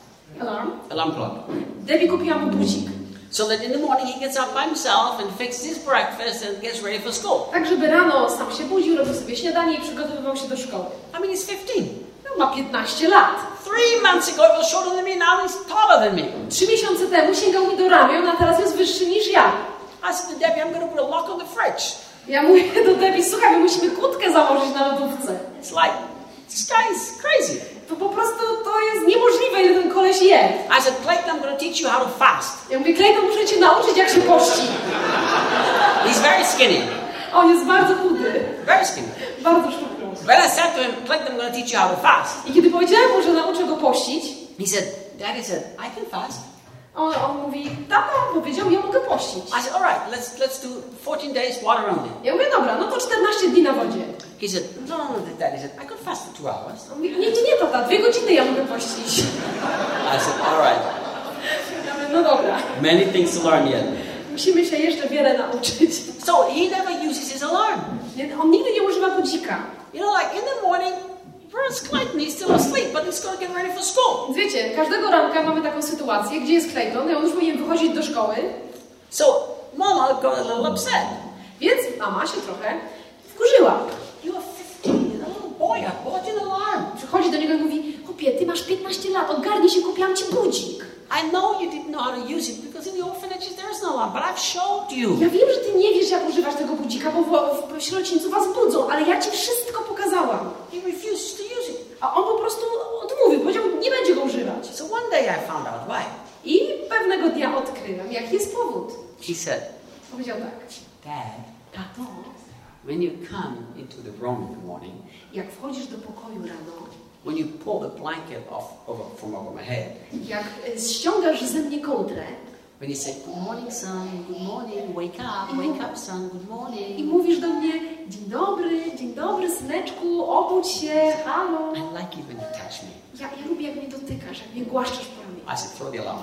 Alarm? clock. Debbie kupiła mu budzik. So that in the morning he gets up by himself and fixes his breakfast and gets ready for school. Tak, żeby rano sam się budził, robił sobie śniadanie i przygotowywał się do szkoły. I mean, he's 15. No, ma 15 lat. 3 months ago he was shorter than me, now he's taller than me. 3 miesiące temu sięgał mi do ramion, a teraz jest wyższy niż ja. I said to Debbie, I'm going to put a lock on the fridge. Ja mówię do Debbie, słuchaj, my musimy kłódkę założyć na lodówce. It's like, this guy is crazy. To po prostu to jest niemożliwe, ile ten koleś je. I said, Clayton, I'm going to teach you how to fast. Ja mówię, Clayton, muszę cię nauczyć, jak się pości. He's very skinny. On jest bardzo chudy, Very skinny. bardzo szczupły. When I said to him, Clayton, I'm going to teach you how to fast, I kiedy powiedziałem mu, że nauczę go pościć, he said, Daddy said, I can fast. on mówi, tata powiedział, ja mogę pościć. I said, all right, let's do 14 days water only. Ja mówię, dobra, no to 14 dni na wodzie. He said, no, Daddy said, I could fast for 2 hours. On mówi, nie, tata, 2 godziny ja mogę pościć. I said, all right, Ja mówię, no dobra, many things to learn yet. musimy się jeszcze wiele nauczyć. So he never uses his alarm. On nigdy nie używa budzika. You know, like in the morning, where's Clayton? He's still asleep, but he's going to get ready for school. Więc wiecie, każdego ranka mamy taką sytuację, gdzie jest Clayton i on już powinien wychodzić do szkoły, So Mama got a little upset. więc mama się trochę wkurzyła. You are 15, a little boy, I bought you an alarm. Przychodzi do niego i mówi, chłopie, ty masz 15 lat, ogarnij się, kupiłam ci budzik. I know you didn't know how to use it because in the orphanages there is no alarm, but I've showed you. Ja wiem, że ty nie wiesz, jak używać tego budzika, bo w sierocińcu was budzą, ale ja ci wszystko pokazałam. He refuses to use it. A on po prostu odmówił, powiedział, nie będzie go używać. So one day I found out why. I pewnego dnia odkryłem, jaki jest powód. He said, Powiedział tak, Dad, tato, when you come into the room in the morning, jak wchodzisz do pokoju rano, when you pull the blanket from over my head, jak ściągasz ze mnie kołdrę when you say, good morning, son, good morning, wake up, son, good morning. i mówisz do mnie, dzień dobry, syneczku, obudź się, halo. I like it when you touch me. Ja lubię, jak mnie dotykasz, jak mnie głaszczesz po mnie. I said, throw the alarm out.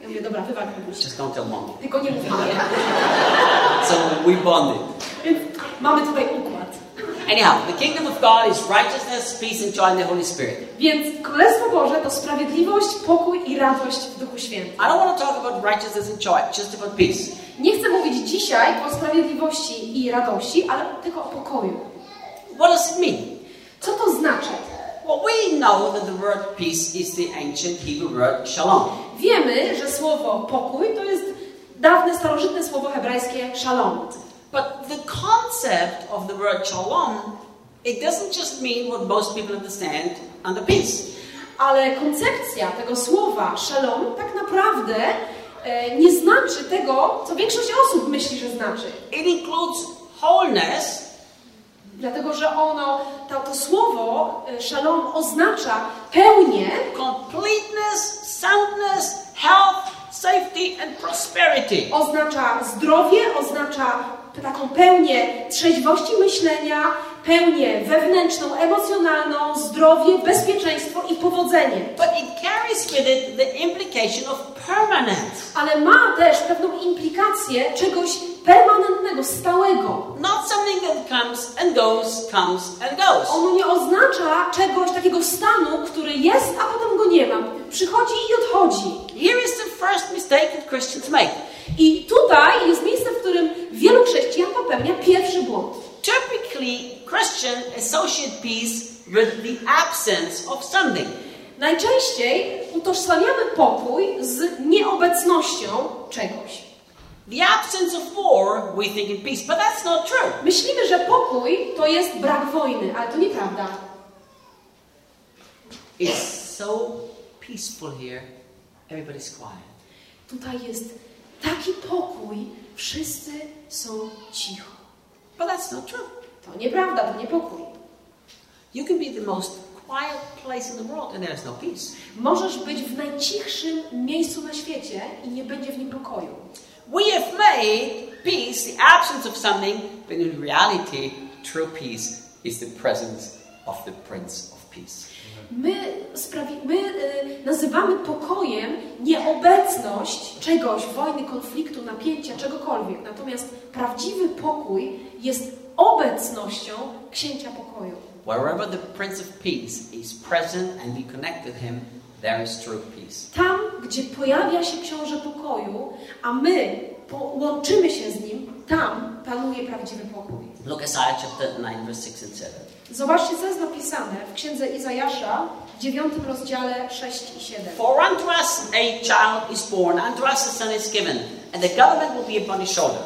Ja mówię, dobra, wywal ten guzik. Just don't tell mommy. Tylko nie mów mamie. So we bonded. Więc mamy tutaj układ. Anyhow, the kingdom of God is righteousness, peace and joy in the Holy Spirit. Więc Królestwo Boże to sprawiedliwość, pokój i radość w Duchu Świętym. I don't want to talk about righteousness and joy, just about peace. Nie chcę mówić dzisiaj o sprawiedliwości i radości, ale tylko o pokoju. What does it mean? Co to znaczy? Well, we know that the word peace is the ancient Hebrew word shalom. Wiemy, że słowo pokój to jest dawne, starożytne słowo hebrajskie shalom. But the concept of the word shalom, it doesn't just mean what most people understand under peace. Ale koncepcja tego słowa shalom tak naprawdę nie znaczy tego, co większość osób myśli, że znaczy. It includes wholeness, Dlatego, że to słowo shalom oznacza pełnię, completeness, soundness, health, safety and prosperity. oznacza zdrowie, oznacza taką pełnię trzeźwości myślenia, pełnię wewnętrzną, emocjonalną, zdrowie, bezpieczeństwo i powodzenie. But it carries with it the implication of permanence. Ale ma też pewną implikację czegoś permanentnego, stałego. Not something that comes and goes, comes and goes. Ono nie oznacza czegoś takiego stanu, który jest, a potem go nie ma. Przychodzi i odchodzi. Here is the first mistake that Christians make. I tutaj jest miejsce, w którym wielu chrześcijan popełnia pierwszy błąd. Typically, Christians associate peace with the absence of something. Najczęściej utożsamiamy pokój z nieobecnością czegoś. The absence of war, we think in peace, but that's not true. Myślimy, że pokój to jest brak wojny, ale to nieprawda. It's so peaceful here, everybody's quiet. Tutaj jest taki pokój, wszyscy są cicho. But that's not true. To nieprawda, to nie pokój. You can be the most quiet place in the world and there's no peace. Możesz być w najcichszym miejscu na świecie i nie będzie w nim pokoju. We have made peace the absence of something, but in reality, true peace is the presence of the Prince of Peace. My nazywamy pokojem nieobecność czegoś, wojny, konfliktu, napięcia, czegokolwiek. Natomiast prawdziwy pokój jest obecnością Księcia Pokoju. Wherever the Prince of Peace is present and we connect with him, there is true peace. Tam, gdzie pojawia się Książę Pokoju, a my łączymy się z Nim, tam panuje prawdziwy pokój. Look Isaiah chapter 9, verse 6 and 7. Zobaczcie, co jest napisane w Księdze Izajasza, w 9 rozdziale 6 i 7. For unto us a child is born, unto us a son is given, and the government will be upon his shoulder.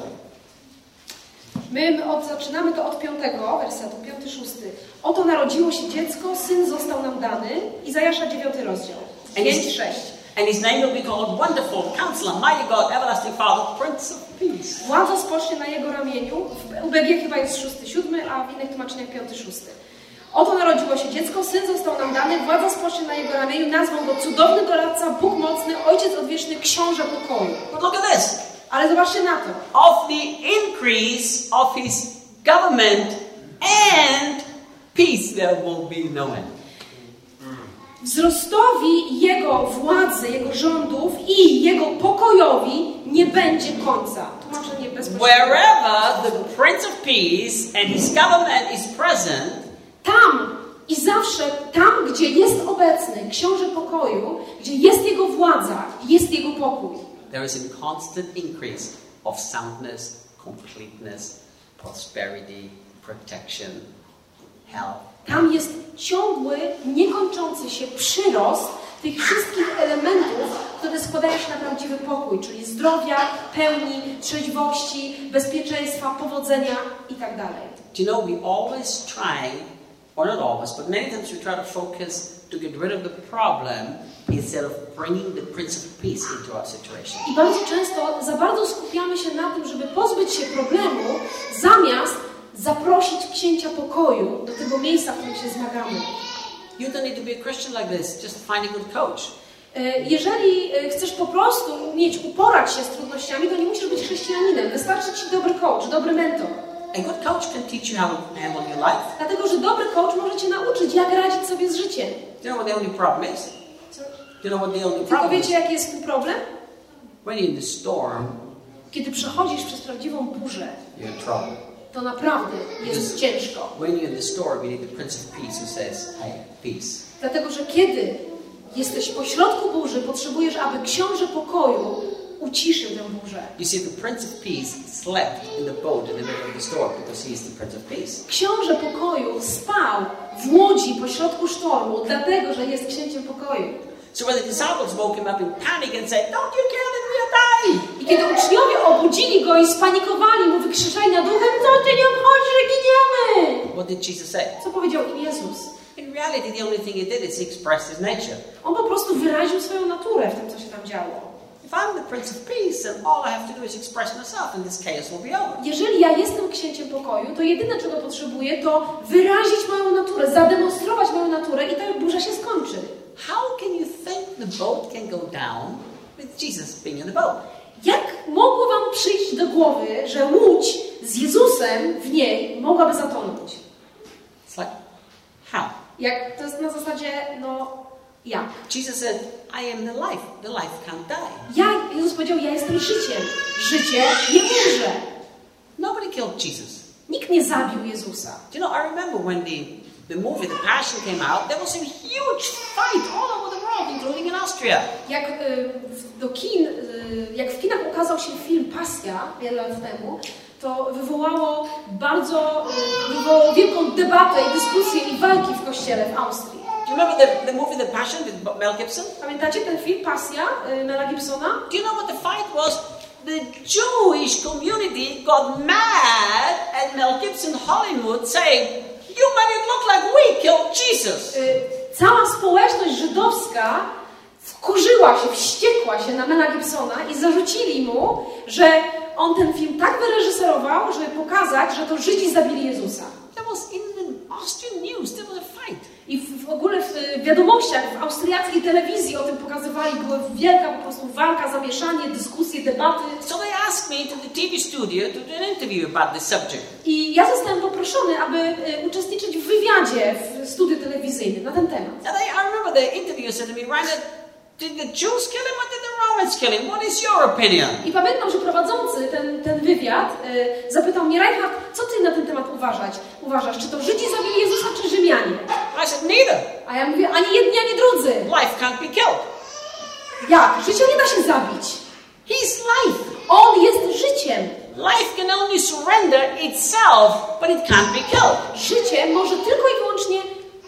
Zaczynamy to od 5 wersetu, 5-6. Oto narodziło się dziecko, syn został nam dany. Izajasza 9 rozdział, 5-6. And his name will be called Wonderful, Counselor, Mighty God, Everlasting Father, Prince of Peace. Władza spocznie na jego ramieniu. W UBG chyba jest 6-7, a w innych tłumaczeniach 5-6. Oto narodziło się dziecko, syn został nam dany, władza spocznie na jego ramieniu, nazwą go Cudowny Doradca, Bóg Mocny, Ojciec Odwieczny, Książę Pokoju. But look at this. Ale zobaczcie na to. Of the increase of his government and peace there will be no end. Wzrostowi jego władzy, jego rządów i jego pokojowi nie będzie końca. Tłumaczenie bezpośrednie. Wherever the Prince of Peace and his government is present, tam i zawsze tam, gdzie jest obecny Książę Pokoju, gdzie jest jego władza, jest jego pokój. there is a constant increase of soundness, completeness, prosperity, protection, health. Tam jest ciągły, niekończący się przyrost tych wszystkich elementów, które składają się na prawdziwy pokój, czyli zdrowia, pełni, trzeźwości, bezpieczeństwa, powodzenia itd. Do you know, we always try, or not always, but many times we try to focus to get rid of the problem instead of bringing the Prince of Peace into our situation. I bardzo często za bardzo skupiamy się na tym, żeby pozbyć się problemu, zamiast zaprosić Księcia Pokoju do tego miejsca, w którym się zmagamy. You don't need to be a Christian like this, just find a good coach. Jeżeli chcesz po prostu uporać się z trudnościami, to nie musisz być chrześcijaninem. Wystarczy ci dobry coach, dobry mentor. A good coach can teach you how to handle your life. Dlatego, że dobry coach może cię nauczyć, jak radzić sobie z życiem. Do you know what the only problem is? Co? Do you know what the only Tylko problem is? wiecie, jaki jest tu problem? When you're in the storm, Kiedy przechodzisz przez prawdziwą burzę, you're in trouble. to naprawdę jest ciężko. When you're in the storm, you need the Prince of Peace who says, hey, peace. Dlatego, że kiedy jesteś pośrodku burzy, potrzebujesz, aby książę pokoju uciszył tę burzę. You see, the Prince of Peace slept in the boat in the middle of the storm because he is the Prince of Peace. Książę pokoju spał w łodzi pośrodku sztormu, dlatego, że jest księciem pokoju. So when the disciples woke him up in panic and said, don't you care that we are dying? I kiedy uczniowie obudzili go i spanikowali mu, wykrzyczali nad duchem, co ty nie obchodzi, że giniemy? What did Jesus say? Co powiedział im Jezus? In reality, the only thing he did is he expressed his nature. On po prostu wyraził swoją naturę w tym, co się tam działo. If I'm the Prince of Peace, then all I have to do is express myself and this chaos will be over. Jeżeli ja jestem księciem pokoju, to jedyne, czego potrzebuję, to wyrazić moją naturę, zademonstrować moją naturę i ta burza się skończy. How can you think the boat can go down with Jesus being in the boat? Jak mogło wam przyjść do głowy, że łódź z Jezusem w niej mogłaby zatonąć? It's like, how? Jak to jest na zasadzie, jak? Jesus said, I am the life. The life can't die. Jezus powiedział, ja jestem życiem. Życie nie umrze. Nobody killed Jesus. Nikt nie zabił Jezusa. Do you know, I remember when the movie, The Passion came out, there was a huge fight all over the world, including in Austria. Jak w kinach ukazał się film Pasja wiele lat temu, to wywołało wielką debatę i dyskusję i walki w kościele w Austrii. Do you remember the movie The Passion with Mel Gibson? Pamiętacie ten film Pasja Mela Gibsona? Do you know what the fight was? The Jewish community got mad at Mel Gibson Hollywood saying, you made it look like we killed Jesus. Cała społeczność żydowska wkurzyła się, wściekła się na Mela Gibsona i zarzucili mu, że on ten film tak wyreżyserował, żeby pokazać, że to Żydzi zabili Jezusa. That was in the Austrian news. There was a fight. I w ogóle w wiadomościach, w austriackiej telewizji o tym pokazywali, była wielka po prostu walka, zamieszanie, dyskusje, debaty. So they asked me to the TV studio to do an interview about this subject. I ja zostałem poproszony, aby uczestniczyć w wywiadzie w studiu telewizyjnym na ten temat. And I remember the interviewer said to me, Reinhard, did the Jews kill him or did the Romans kill him? What is your opinion? I pamiętam, że prowadzący ten wywiad zapytał mnie, Reinhard, co ty na ten temat uważasz? Czy to Żydzi zabili Jezusa, czy Rzymianie? I said, neither. A ja mówię, ani jedni, ani drudzy. Life can't be killed. Jak? Życie nie da się zabić. He's life. On jest życiem. Life can only surrender itself, but it can't be killed. Życie może tylko i wyłącznie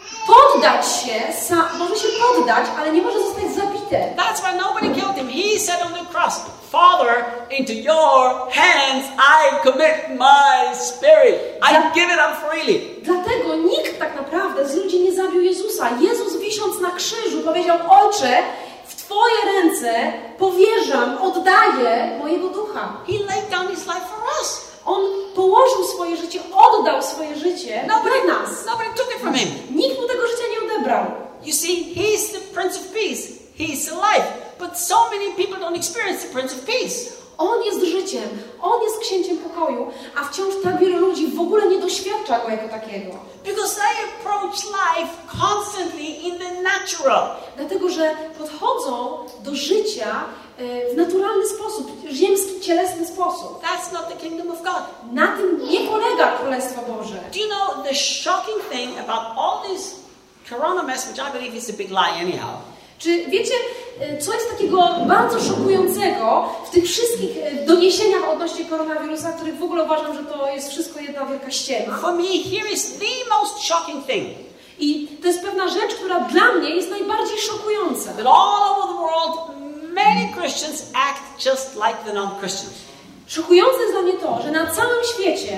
poddać się, może się poddać, ale nie może zostać zabite. That's why nobody killed him. He said on the cross, Father, into your hands I commit my spirit. I give it up freely. Dlatego nikt tak naprawdę z ludzi nie zabił Jezusa. Jezus wisząc na krzyżu powiedział, Ojcze, w Twoje ręce powierzam, oddaję mojego ducha. He laid down his life for us. On położył swoje życie, oddał swoje życie dla nas. Nobody took it from him. Nikt mu tego życia nie odebrał. You see, he's the Prince of Peace. He's the life. But so many people don't experience the Prince of Peace. On jest życiem, On jest księciem pokoju, a wciąż tak wielu ludzi w ogóle nie doświadcza Go jako takiego. Because they approach life constantly in the natural. Dlatego, że podchodzą do życia w naturalny sposób, ziemski, cielesny sposób. That's not the kingdom of God. Na tym nie polega Królestwo Boże. Do you know the shocking thing about all this corona mess, which I believe is a big lie anyhow? Czy wiecie, co jest takiego bardzo szokującego w tych wszystkich doniesieniach odnośnie koronawirusa, których w ogóle uważam, że to jest wszystko jedna wielka ściema? For me, here is the most shocking thing. I to jest pewna rzecz, która dla mnie jest najbardziej szokująca. That all over the world, many Christians act just like the non-Christians. Szokujące jest dla mnie to, że na całym świecie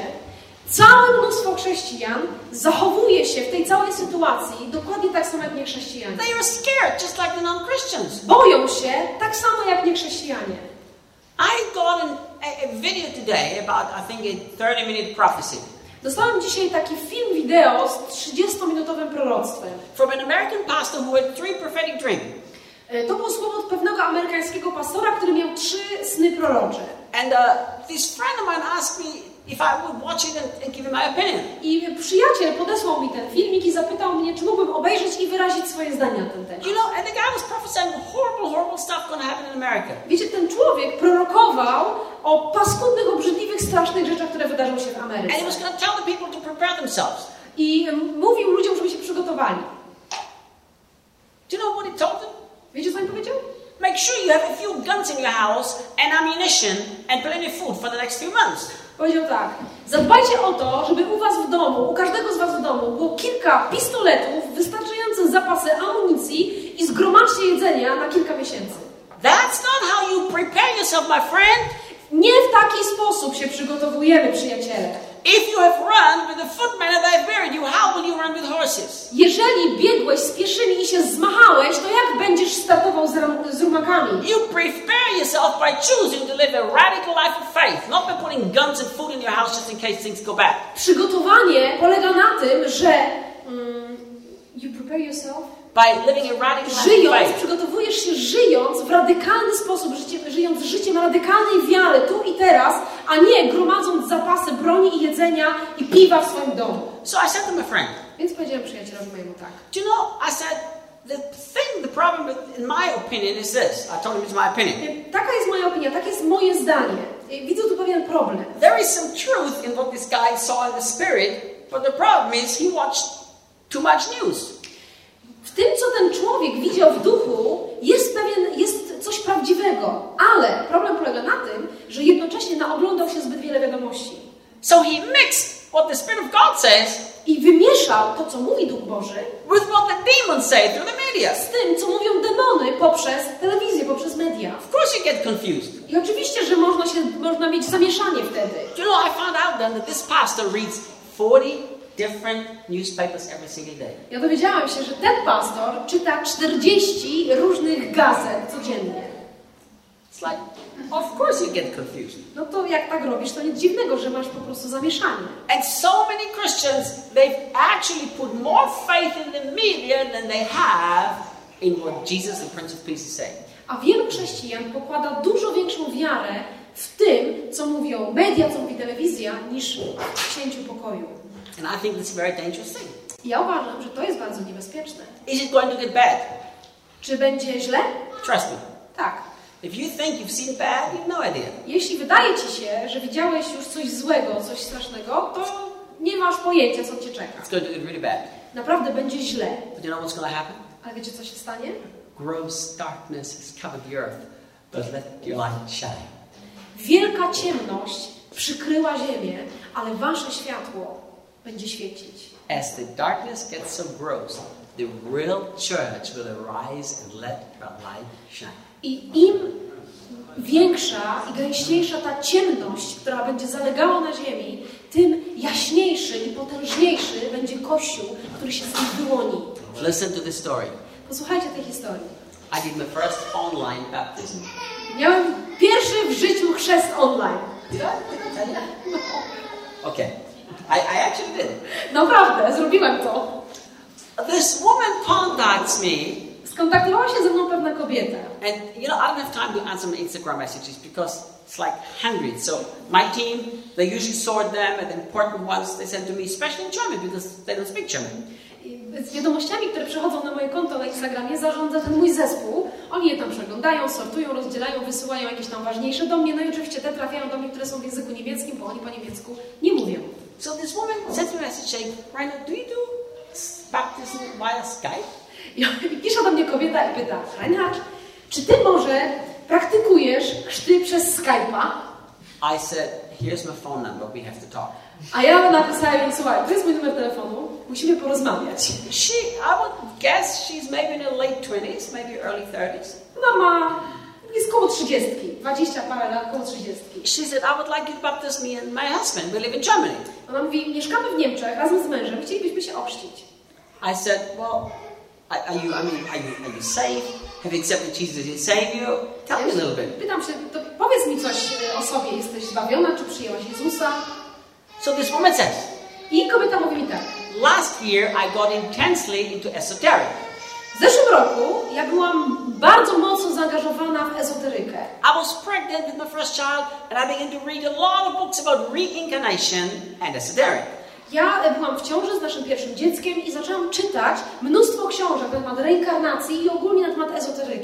całe mnóstwo chrześcijan zachowuje się w tej całej sytuacji dokładnie tak samo jak niechrześcijanie. They are scared just like the non-Christians. Boją się tak samo jak niechrześcijanie. I got a video today about, I think, a 30-minute prophecy. Dostałem dzisiaj taki film wideo z 30-minutowym proroctwem. From an American pastor who had 3 prophetic dreams. To było słowo od pewnego amerykańskiego pastora, który miał 3 sny prorocze. And this friend of mine asked me if I would watch it and give him my opinion. I przyjaciel podesłał mi ten filmik i zapytał mnie, czy mógłbym obejrzeć i wyrazić swoje zdanie na ten temat. You know, and the guy was prophesying horrible stuff going to happen in America. Wiecie, ten człowiek prorokował o paskudnych, obrzydliwych, strasznych rzeczach, które wydarzą się w Ameryce. And he was going to tell the people to prepare themselves. I mówił ludziom, żeby się przygotowali. Do you know what he told them? Wiecie, co im powiedział? Make sure you have a few guns in your house and ammunition and plenty of food for the next few months. Powiedział tak, zadbajcie o to, żeby u was w domu, u każdego z was w domu było kilka pistoletów, wystarczające zapasy amunicji i zgromadźcie jedzenia na kilka miesięcy. That's not how you prepare yourself, my friend. Nie w taki sposób się przygotowujemy, przyjaciele. If you have run with the footmen and they've buried you, how will you run with horses? Jeżeli biegłeś z pieszymi i się zmachałeś, to jak będziesz startował z rumakami? You prepare yourself by choosing to live a radical life of faith, not by putting guns and food in your house just in case things go bad. Przygotowanie polega na tym, że you prepare yourself. By living a radical life of Żyjąc, faith. przygotowujesz się żyjąc w radykalny sposób, żyjąc życiem radykalnej wiary tu i teraz, a nie gromadząc zapasy broni i jedzenia i piwa w swoim domu. So I said to my friend, Więc powiedziałem przyjacielowi mojemu tak. do you know, I said, the problem in my opinion is this. I told him it's my opinion. Taka jest moja opinia, takie jest moje zdanie. Widzę tu pewien problem. There is some truth in what this guy saw in the spirit, but the problem is he watched too much news. W tym, co ten człowiek widział w duchu, jest coś prawdziwego, ale problem polega na tym, że jednocześnie naoglądał się zbyt wiele wiadomości. So he mixed what the Spirit of God says I wymieszał to, co mówi Duch Boży, with what the demons say through the media. z tym, co mówią demony poprzez telewizję, poprzez media. Of course you get confused. I oczywiście, że można mieć zamieszanie wtedy. You know, I found out then that this pastor reads 40 different newspapers every single day. Ja dowiedziałam się, że ten pastor czyta 40 różnych gazet codziennie. It's like, of course you get confused. No to jak tak robisz, to nic dziwnego, że masz po prostu zamieszanie. And so many Christians, they've actually put more faith in the media than they have in what Jesus, the Prince of Peace, is saying. A wielu chrześcijan pokłada dużo większą wiarę w tym, co mówią media, co mówi telewizja, niż w księciu pokoju. And I think that's a very dangerous thing. Ja uważam, że to jest bardzo niebezpieczne. Is it going to get bad? Czy będzie źle? Trust me. Tak. If you think you've seen bad, you have no idea. Jeśli wydaje ci się, że widziałeś już coś złego, coś strasznego, to nie masz pojęcia, co cię czeka. It's going to get really bad. Naprawdę będzie źle. But you know what's going to happen? Ale wiecie, co się stanie? Gross darkness has covered the earth, but let your light shine. Wielka ciemność przykryła ziemię, ale wasze światło będzie świecić. As the darkness gets so gross, the real church will arise and let her light shine. I im większa i gęściejsza ta ciemność, która będzie zalegała na ziemi, tym jaśniejszy i potężniejszy będzie Kościół, który się z nich wyłoni. Listen to this story. Posłuchajcie tej historii. I did my first online baptism. Miałem pierwszy w życiu chrzest online. Okay. I actually did. Naprawdę, zrobiłem to. This woman contacts me. Skontaktowała się ze mną pewna kobieta. And you know, I don't have time to answer my Instagram messages because it's like hundreds. So my team, they usually sort them, and the important ones they send to me, especially in German because they don't speak German. Z wiadomościami, które przychodzą na moje konto na Instagramie, zarządza ten mój zespół. Oni je tam przeglądają, sortują, rozdzielają, wysyłają jakieś tam ważniejsze do mnie. No i oczywiście te trafiają do mnie, które są w języku niemieckim, bo oni po niemiecku nie mówią. So this woman sends me a message saying, Reinhard, do you do baptism via Skype? I pisze do mnie kobieta i pyta, Reinhard, czy ty może praktykujesz chrzty przez Skype'a? I said, here's my phone number, we have to talk. A ja napisałem jej, słuchaj, to jest mój numer telefonu, musimy porozmawiać. I would guess she's maybe in her late 20s, maybe early 30s. Ona jest koło 30, 20 parę lat, koło 30. She said, I would like you to baptize me and my husband. We live in Germany. Ona mówi, mieszkamy w Niemczech razem z mężem, chcielibyśmy się ochrzcić. I said, well, are you saved? Have you accepted Jesus as your Savior? Tell me a little bit. Pytam się, to powiedz mi coś o sobie, jesteś zbawiona, czy przyjęłaś Jezusa? So this woman says, I kobieta mówi mi tak. last year I got intensely into esoteric. W zeszłym roku ja byłam bardzo mocno zaangażowana w ezoterykę. I was pregnant with my first child and I began to read a lot of books about reincarnation and esoteric. Ja byłam w ciąży z naszym pierwszym dzieckiem i zaczęłam czytać mnóstwo książek na temat reinkarnacji i ogólnie na temat ezoteryki. And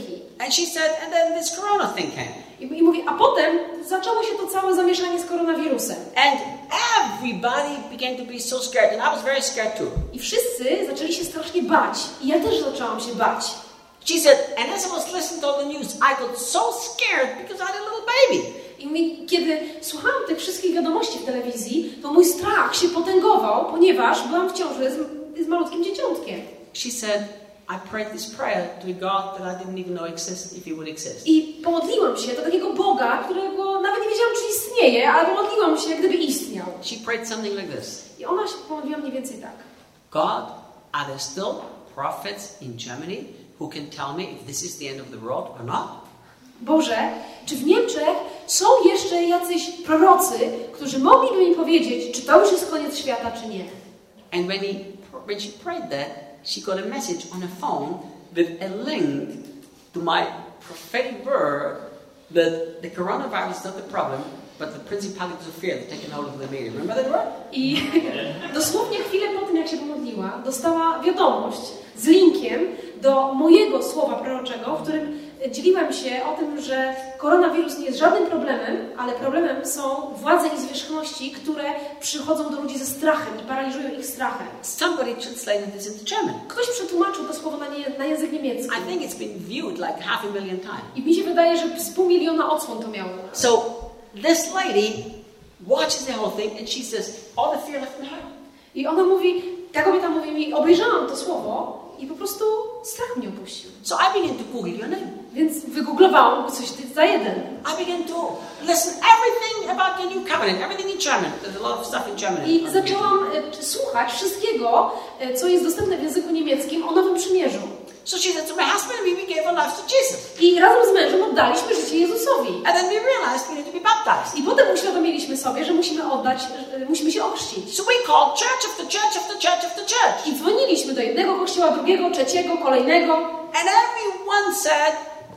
And she said, and then this corona thing came. I mówi, a potem zaczęło się to całe zamieszanie z koronawirusem. And everybody began to be so scared. And I was very scared too. I wszyscy zaczęli się strasznie bać. I ja też zaczęłam się bać. She said, and as I was listening to all the news, I got so scared because I had a little baby. I kiedy słuchałam tych wszystkich wiadomości w telewizji, to mój strach się potęgował, ponieważ byłam w ciąży z malutkim dzieciątkiem. She said, I prayed this prayer to a God that I didn't even know existed, if he would exist. I pomodliłam się do takiego Boga, którego nawet nie wiedziałam, czy istnieje, ale pomodliłam się, gdyby istniał. She prayed something like this. I ona się pomodliła mniej więcej tak. God, are there still prophets in Germany who can tell me if this is the end of the world or not? Boże, czy w Niemczech są jeszcze jacyś prorocy, którzy mogliby mi powiedzieć, czy to już jest koniec świata, czy nie? And when she prayed that, she got a message on her phone with a link to my prophetic word that the coronavirus is not the problem, but the principalities of fear have taken hold of the media. Remember that word? I dosłownie chwilę po tym, jak się pomodliła, dostała wiadomość z linkiem do mojego słowa proroczego, w którym dzieliłam się o tym, że koronawirus nie jest żadnym problemem, ale problemem są władze i zwierzchności, które przychodzą do ludzi ze strachem i paraliżują ich strachem. Somebody translated this into German. Ktoś przetłumaczył to słowo na język niemiecki. I think it's been viewed like 500,000 times. I mi się wydaje, że z 500 000 odsłon to miało. So this lady watches the whole thing and she says, all the fear left in her. I ona mówi, ta kobieta mówi mi, obejrzałam to słowo i po prostu strach mnie opuścił. So I began to Google your name. Więc wygooglowałam coś za jeden. I began to listen everything about the new covenant, everything in German. There's a lot of stuff in German. I zaczęłam słuchać wszystkiego, co jest dostępne w języku niemieckim o Nowym Przymierzu. So she said to my husband, we gave our lives to Jesus. I razem z mężem oddaliśmy życie Jezusowi. And then we realized we need to be baptized. I potem uświadomiliśmy sobie, że musimy się ochrzcić. So we called church after church after church after church. I dzwoniliśmy do jednego kościoła, drugiego, trzeciego, kolejnego. And everyone said,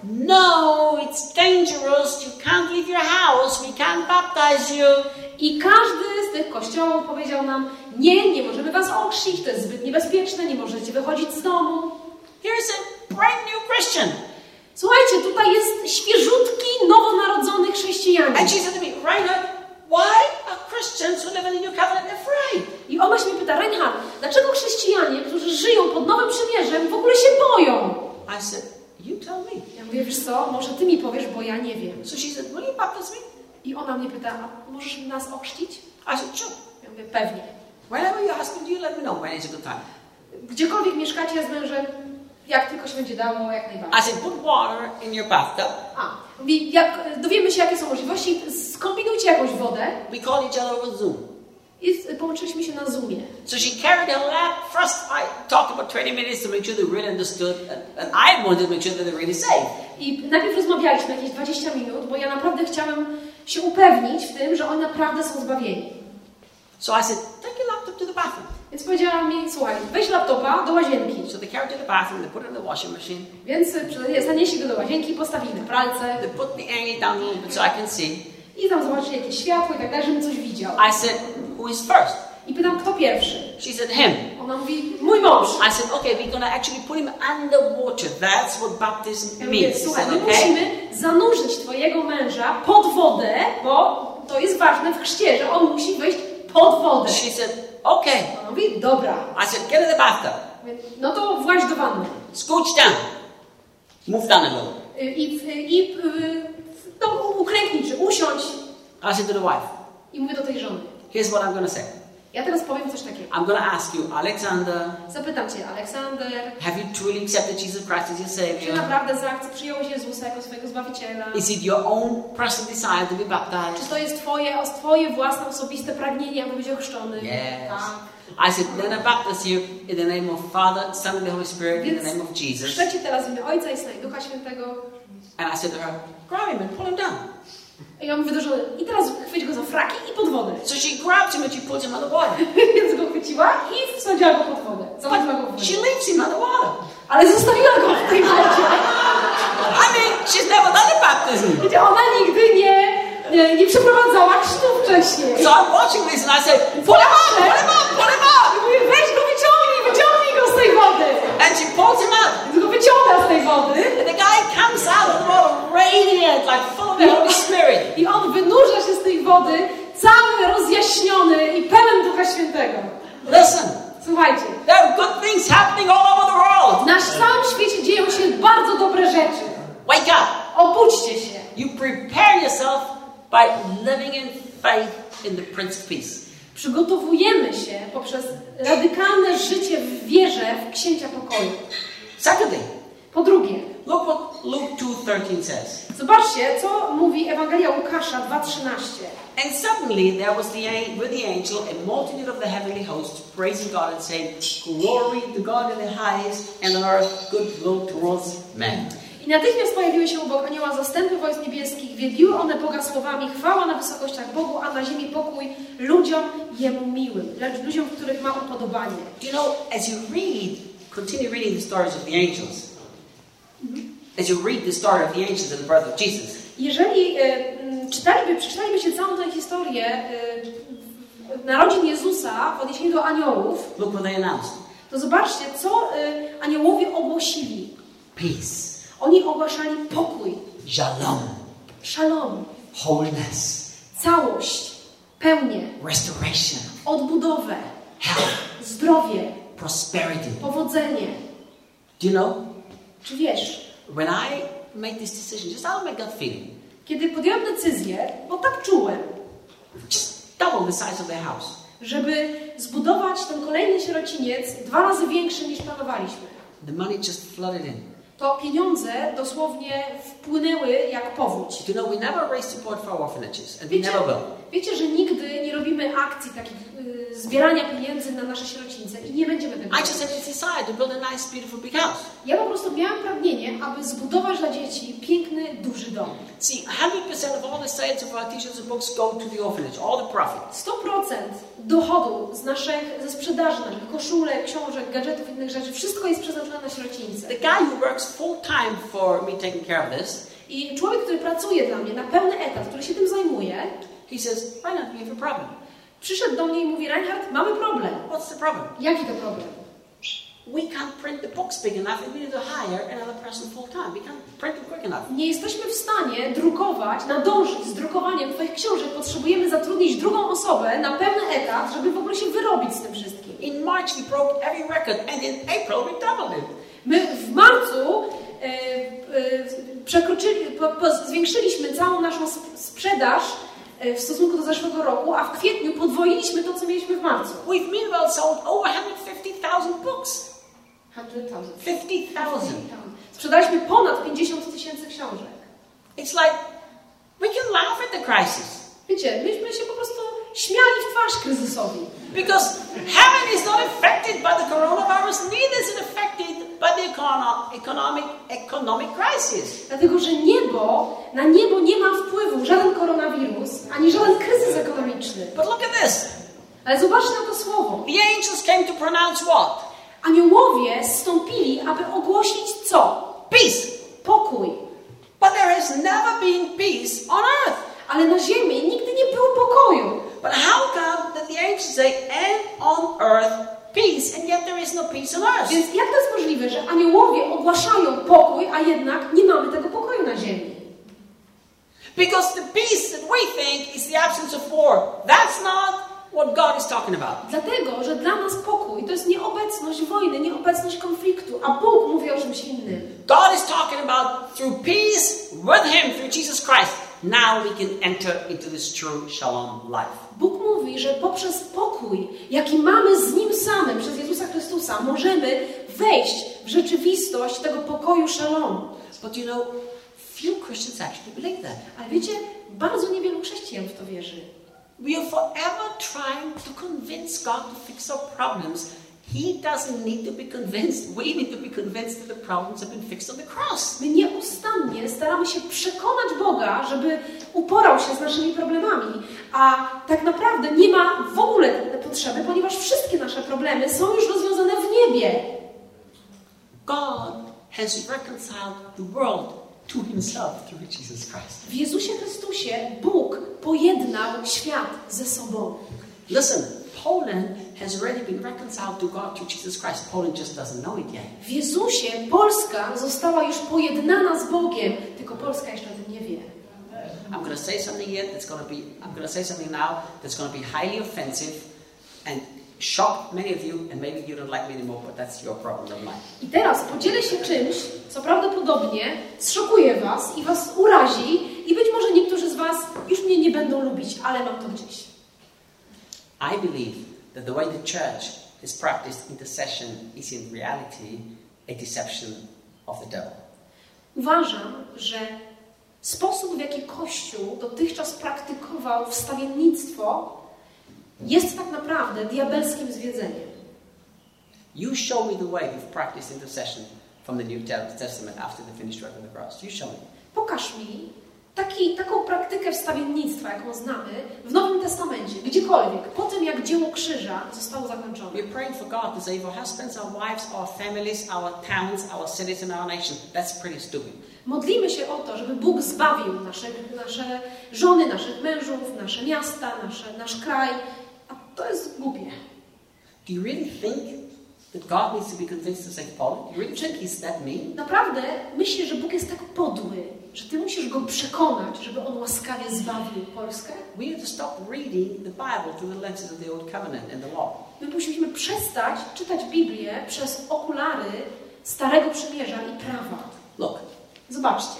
no, it's dangerous, you can't leave your house, we can't baptize you. I każdy z tych kościołów powiedział nam, nie możemy was ochrzcić, to jest zbyt niebezpieczne, nie możecie wychodzić z domu. Here's a brand new Christian. Słuchajcie, tutaj jest świeżutki, nowonarodzony chrześcijanin. And she said to me, Reinhard, why are Christians who live in the new covenant afraid? I ona się mnie pyta, Reinhard, dlaczego chrześcijanie, którzy żyją pod Nowym Przymierzem, w ogóle się boją? I said, you tell me. Ja mówię, wiesz co, może ty mi powiesz, bo ja nie wiem. So she said, will you baptize me? I ona mnie pyta, a możesz nas ochrzcić? I said, sure. Ja mówię, pewnie. Whenever your husband, you let me know when is a good time. Gdziekolwiek mieszkacie z mężem, jak tylko się będzie dało, jak najbardziej. I said, put water in your bathtub. Mówi, jak dowiemy się, jakie są możliwości, skombinujcie jakąś wodę. We call each other over Zoom. I połączyliśmy się na Zoomie. So she carried her lamp. First, I talked about 20 minutes to make sure they really understood, and I wanted to make sure that they're really safe. I najpierw rozmawialiśmy jakieś 20 minut, bo ja naprawdę chciałem się upewnić w tym, że oni naprawdę są zbawieni. So I said, take your laptop to the bathroom. Więc powiedziała mi, słuchaj, weź laptopa do łazienki. So they carried it to the bathroom, they put it in the washing machine. Więc zanieśli go do łazienki, postawili na pralce. They put the angle down a little bit so I can see. I tam zobaczyli jakieś światło i tak dalej, żebym coś widział. I said, who is first? I pytam, kto pierwszy? She said, him. Ona mówi, mój mąż. I said, okay, we're going to actually put him under water. That's what baptism Ja mówię, means. słuchaj, Said, my musimy zanurzyć twojego męża pod wodę, bo to jest ważne w chrzcie, że on musi wejść pod wodę. She said, okay. Ona mówi, dobra. I said, get in the bathtub. Mówię, no to właź do wanny. Scooch down. Move down a little. No, uklęknij, czy usiądź. I said to the wife, I mówię do tej żony. here's what I'm going to say. Ja teraz powiem coś takiego. I'm going to ask you, Alexander, Zapytam cię, Aleksander, have you truly accepted Jesus Christ as your czy Savior? naprawdę przyjąłeś Jezusa jako swojego Zbawiciela? Is it your own personal desire to be Czy baptized? to jest twoje własne, osobiste pragnienie, aby być ochrzczony? Yes. Tak. I said, then I baptize you in the name of Father, Son, and the Holy Spirit, in the Więc name of Jesus. chrzczę cię teraz w imię Ojca i Syna i Ducha Świętego. And I said to her, grab him and pull him down. I ja mówię do żony, i teraz chwyć go za fraki i pod wodę. So she grabs him and she pulls him out of the water. Więc go chwyciła i wsadziła go pod wodę. Zanurzyła go w But wodę. she leaves him out of the water. Ale zostawiła go w tej wodzie. I mean, she's never done a baptism. Wiecie, ona nigdy nie przeprowadzała chrztu wcześniej. So I'm watching this and I say, pull him up, pull him up, pull him up. I mówię, weź go, wyciągnij go z tej wody. And she pulls him out. Więc go wyciąga z tej wody. And the guy comes out like full of the Holy Spirit. I on wynurza się z tej wody, cały rozjaśniony i pełen Ducha Świętego. Listen, Słuchajcie, there are good things happening all over the world. na całym świecie dzieją się bardzo dobre rzeczy. Wake up. Obudźcie się. You prepare yourself by living in faith in the Prince of Peace. Przygotowujemy się poprzez radykalne życie w wierze w Księcia Pokoju. Secondly, Po drugie, look what Luke 2:13 says. zobaczcie, co mówi Ewangelia Łukasza 2:13. And suddenly there was with the angel a multitude of the heavenly hosts praising God and saying, "Glory to God in the highest, and on earth goodwill towards men." I natychmiast pojawiły się obok anioła zastępy wojsk niebieskich, wielbiły one Boga słowami, chwała na wysokościach Bogu, a na ziemi pokój ludziom Jemu miłym, lecz ludziom, w których ma upodobanie. Do you know, as you continue reading the stories of the angels, as you read the story of the angels and the birth of Jesus, Jeżeli przeczytalibyście całą tę historię narodzin Jezusa w odniesieniu do aniołów, look what they announced. to zobaczcie, co aniołowie ogłosili. Peace, Oni ogłaszali pokój, shalom, szalom, wholeness, całość, pełnię, restoration, odbudowę, health, zdrowie, prosperity. powodzenie. Do you know, Czy wiesz, when I made this decision, just out of my gut feeling, kiedy podjąłem decyzję, bo tak czułem, just double the size of their house. żeby zbudować ten kolejny sierociniec 2 razy większy niż planowaliśmy, The money just flooded in. to pieniądze dosłownie wpłynęły jak powódź. Do you know, we never raise support for orphanages, and we never will. Wiecie, że nigdy nie robimy akcji takich zbierania pieniędzy na nasze sierocińce i nie będziemy tego I just robić. had to decide to build a nice, beautiful big house. Ja po prostu miałam pragnienie, aby zbudować dla dzieci piękny, duży dom. See, 100% of all the sales of our t-shirts and books go to the orphanage, all the profit. 100% dochodu ze sprzedaży naszych koszulek, książek, gadżetów i innych rzeczy, wszystko jest przeznaczone na sierocińce. The guy who works full time for me taking care of this, I człowiek, który pracuje dla mnie na pełny etat, który się tym zajmuje, he says, Reinhard, we have a problem. przyszedł do mnie i mówi: Reinhard, mamy problem. What's the problem? Jaki to problem? We can't print the books big enough and we need to hire another person full time. We can't print them quick enough. Nie jesteśmy w stanie nadążyć z drukowaniem Twoich książek. Potrzebujemy zatrudnić drugą osobę na pełny etat, żeby w ogóle się wyrobić z tym wszystkim. In March we broke every record and in April we doubled it. My w marcu zwiększyliśmy całą naszą sprzedaż w stosunku do zeszłego roku, a w kwietniu podwoiliśmy to, co mieliśmy w marcu. We've meanwhile sold over 150,000 books. 100,000. 50,000. Sprzedaliśmy ponad 50,000 książek. It's like we can laugh at the crisis Wiecie, myśmy się po prostu śmiali w twarz kryzysowi. because heaven is not affected by the coronavirus, neither is it affected by the economic crisis. Dlatego, że na niebo nie ma wpływu żaden koronawirus, ani żaden kryzys ekonomiczny. But look at this. Ale zobaczcie na to słowo. The angels came to pronounce what? Aniołowie zstąpili, aby ogłosić co? Peace. Pokój. But there has never been peace on earth. Ale na ziemi nigdy nie było pokoju. But how come that the angels say, and on earth peace, and yet there is no peace on earth? Więc jak to jest możliwe, że aniołowie ogłaszają pokój, a jednak nie mamy tego pokoju na ziemi? Because the peace that we think is the absence of war. That's not what God is talking about. Dlatego, że dla nas pokój to jest nieobecność wojny, nieobecność konfliktu, a Bóg mówi o czymś innym. God is talking about through peace with Him, through Jesus Christ. Now we can enter into this true shalom life. Bóg mówi, że poprzez pokój, jaki mamy z Nim samym, przez Jezusa Chrystusa, możemy wejść w rzeczywistość tego pokoju szalomu. But you know, few Christians actually believe that. Ale wiecie, bardzo niewielu chrześcijan w to wierzy. We are forever trying to convince God to fix our problems. He doesn't need to be convinced. We need to be convinced that the problems have been fixed on the cross. My nieustannie staramy się przekonać Boga, żeby uporał się z naszymi problemami, a tak naprawdę nie ma w ogóle potrzeby, ponieważ wszystkie nasze problemy są już rozwiązane w niebie. God has reconciled the world to Himself through Jesus Christ. W Jezusie Chrystusie Bóg pojednał świat ze sobą. Listen, Poland has already been reconciled to God through Jesus Christ. Poland just doesn't know it yet. W Jezusie Polska została już pojednana z Bogiem, tylko Polska jeszcze o tym nie wie. I'm going to say something here I'm going to say something now that's going to be highly offensive and shock many of you, and maybe you don't like me anymore, but that's your problem, not mine. I teraz podzielę się czymś, co prawdopodobnie zszokuje was i was urazi i być może niektórzy z was już mnie nie będą lubić, ale mam to gdzieś. I believe that the way the church has practiced intercession is in reality a deception of the devil. Uważam, że sposób, w jaki Kościół dotychczas praktykował wstawiennictwo, jest tak naprawdę diabelskim zwiedzeniem. You show me the way you've practiced intercession from the New Testament after the finished work of the cross. You show me. Pokaż mi taką praktykę wstawiennictwa, jaką znamy w Nowym Testamencie, gdziekolwiek, po tym jak dzieło krzyża zostało zakończone. We're praying for God to save our husbands, our wives, our families, our towns, our cities and our nation. That's pretty stupid. Modlimy się o to, żeby Bóg zbawił nasze żony, naszych mężów, nasze miasta, nasz kraj. A to jest głupie. Do you really think that God needs to be convinced to save Poland? Do you really think he's that mean? Naprawdę myślisz, że Bóg jest tak podły, że ty musisz go przekonać, żeby on łaskawie zbawił Polskę? We need to stop reading the Bible through the lenses of the Old Covenant and the law. My musimy przestać czytać Biblię przez okulary Starego Przymierza i prawa. Look. Zobaczcie.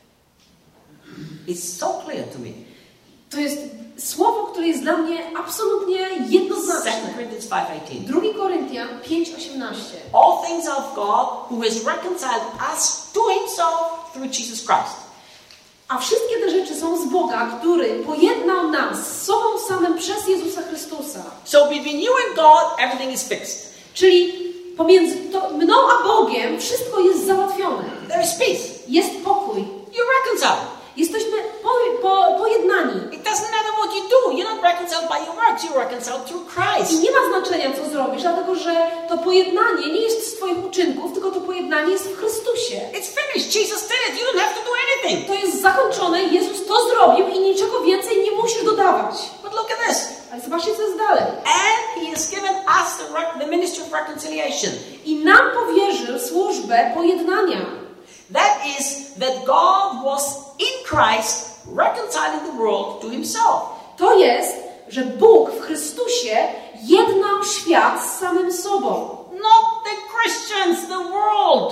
It's so clear to me. To jest słowo, które jest dla mnie absolutnie jednoznaczne. 2 Corinthians 5:18. 2 Koryntian 5:18. All things are of God, who has reconciled us to himself through Jesus Christ. A wszystkie te rzeczy są z Boga, który pojednał nas z sobą samym przez Jezusa Chrystusa. So between you and God, everything is fixed. Czyli pomiędzy mną a Bogiem wszystko jest załatwione. There is peace. Jest pokój. You're reconciled. Jesteśmy pojednani. It doesn't matter what you do. You're not reconciled by your works. You're reconciled through Christ. I nie ma znaczenia, co zrobisz, dlatego że to pojednanie nie jest z twoich uczynków, tylko to pojednanie jest w Chrystusie. It's finished. Jesus did it. You don't have to do anything. To jest zakończone. Jezus to zrobił i niczego więcej nie musisz dodawać. But look at this. Ale zobaczcie, co jest dalej. And he has given us the ministry of reconciliation. I nam powierzył służbę pojednania. That is, that God was in Christ reconciling the world to himself. To jest, że Bóg w Chrystusie jednał świat z samym sobą. Not the Christians, the world.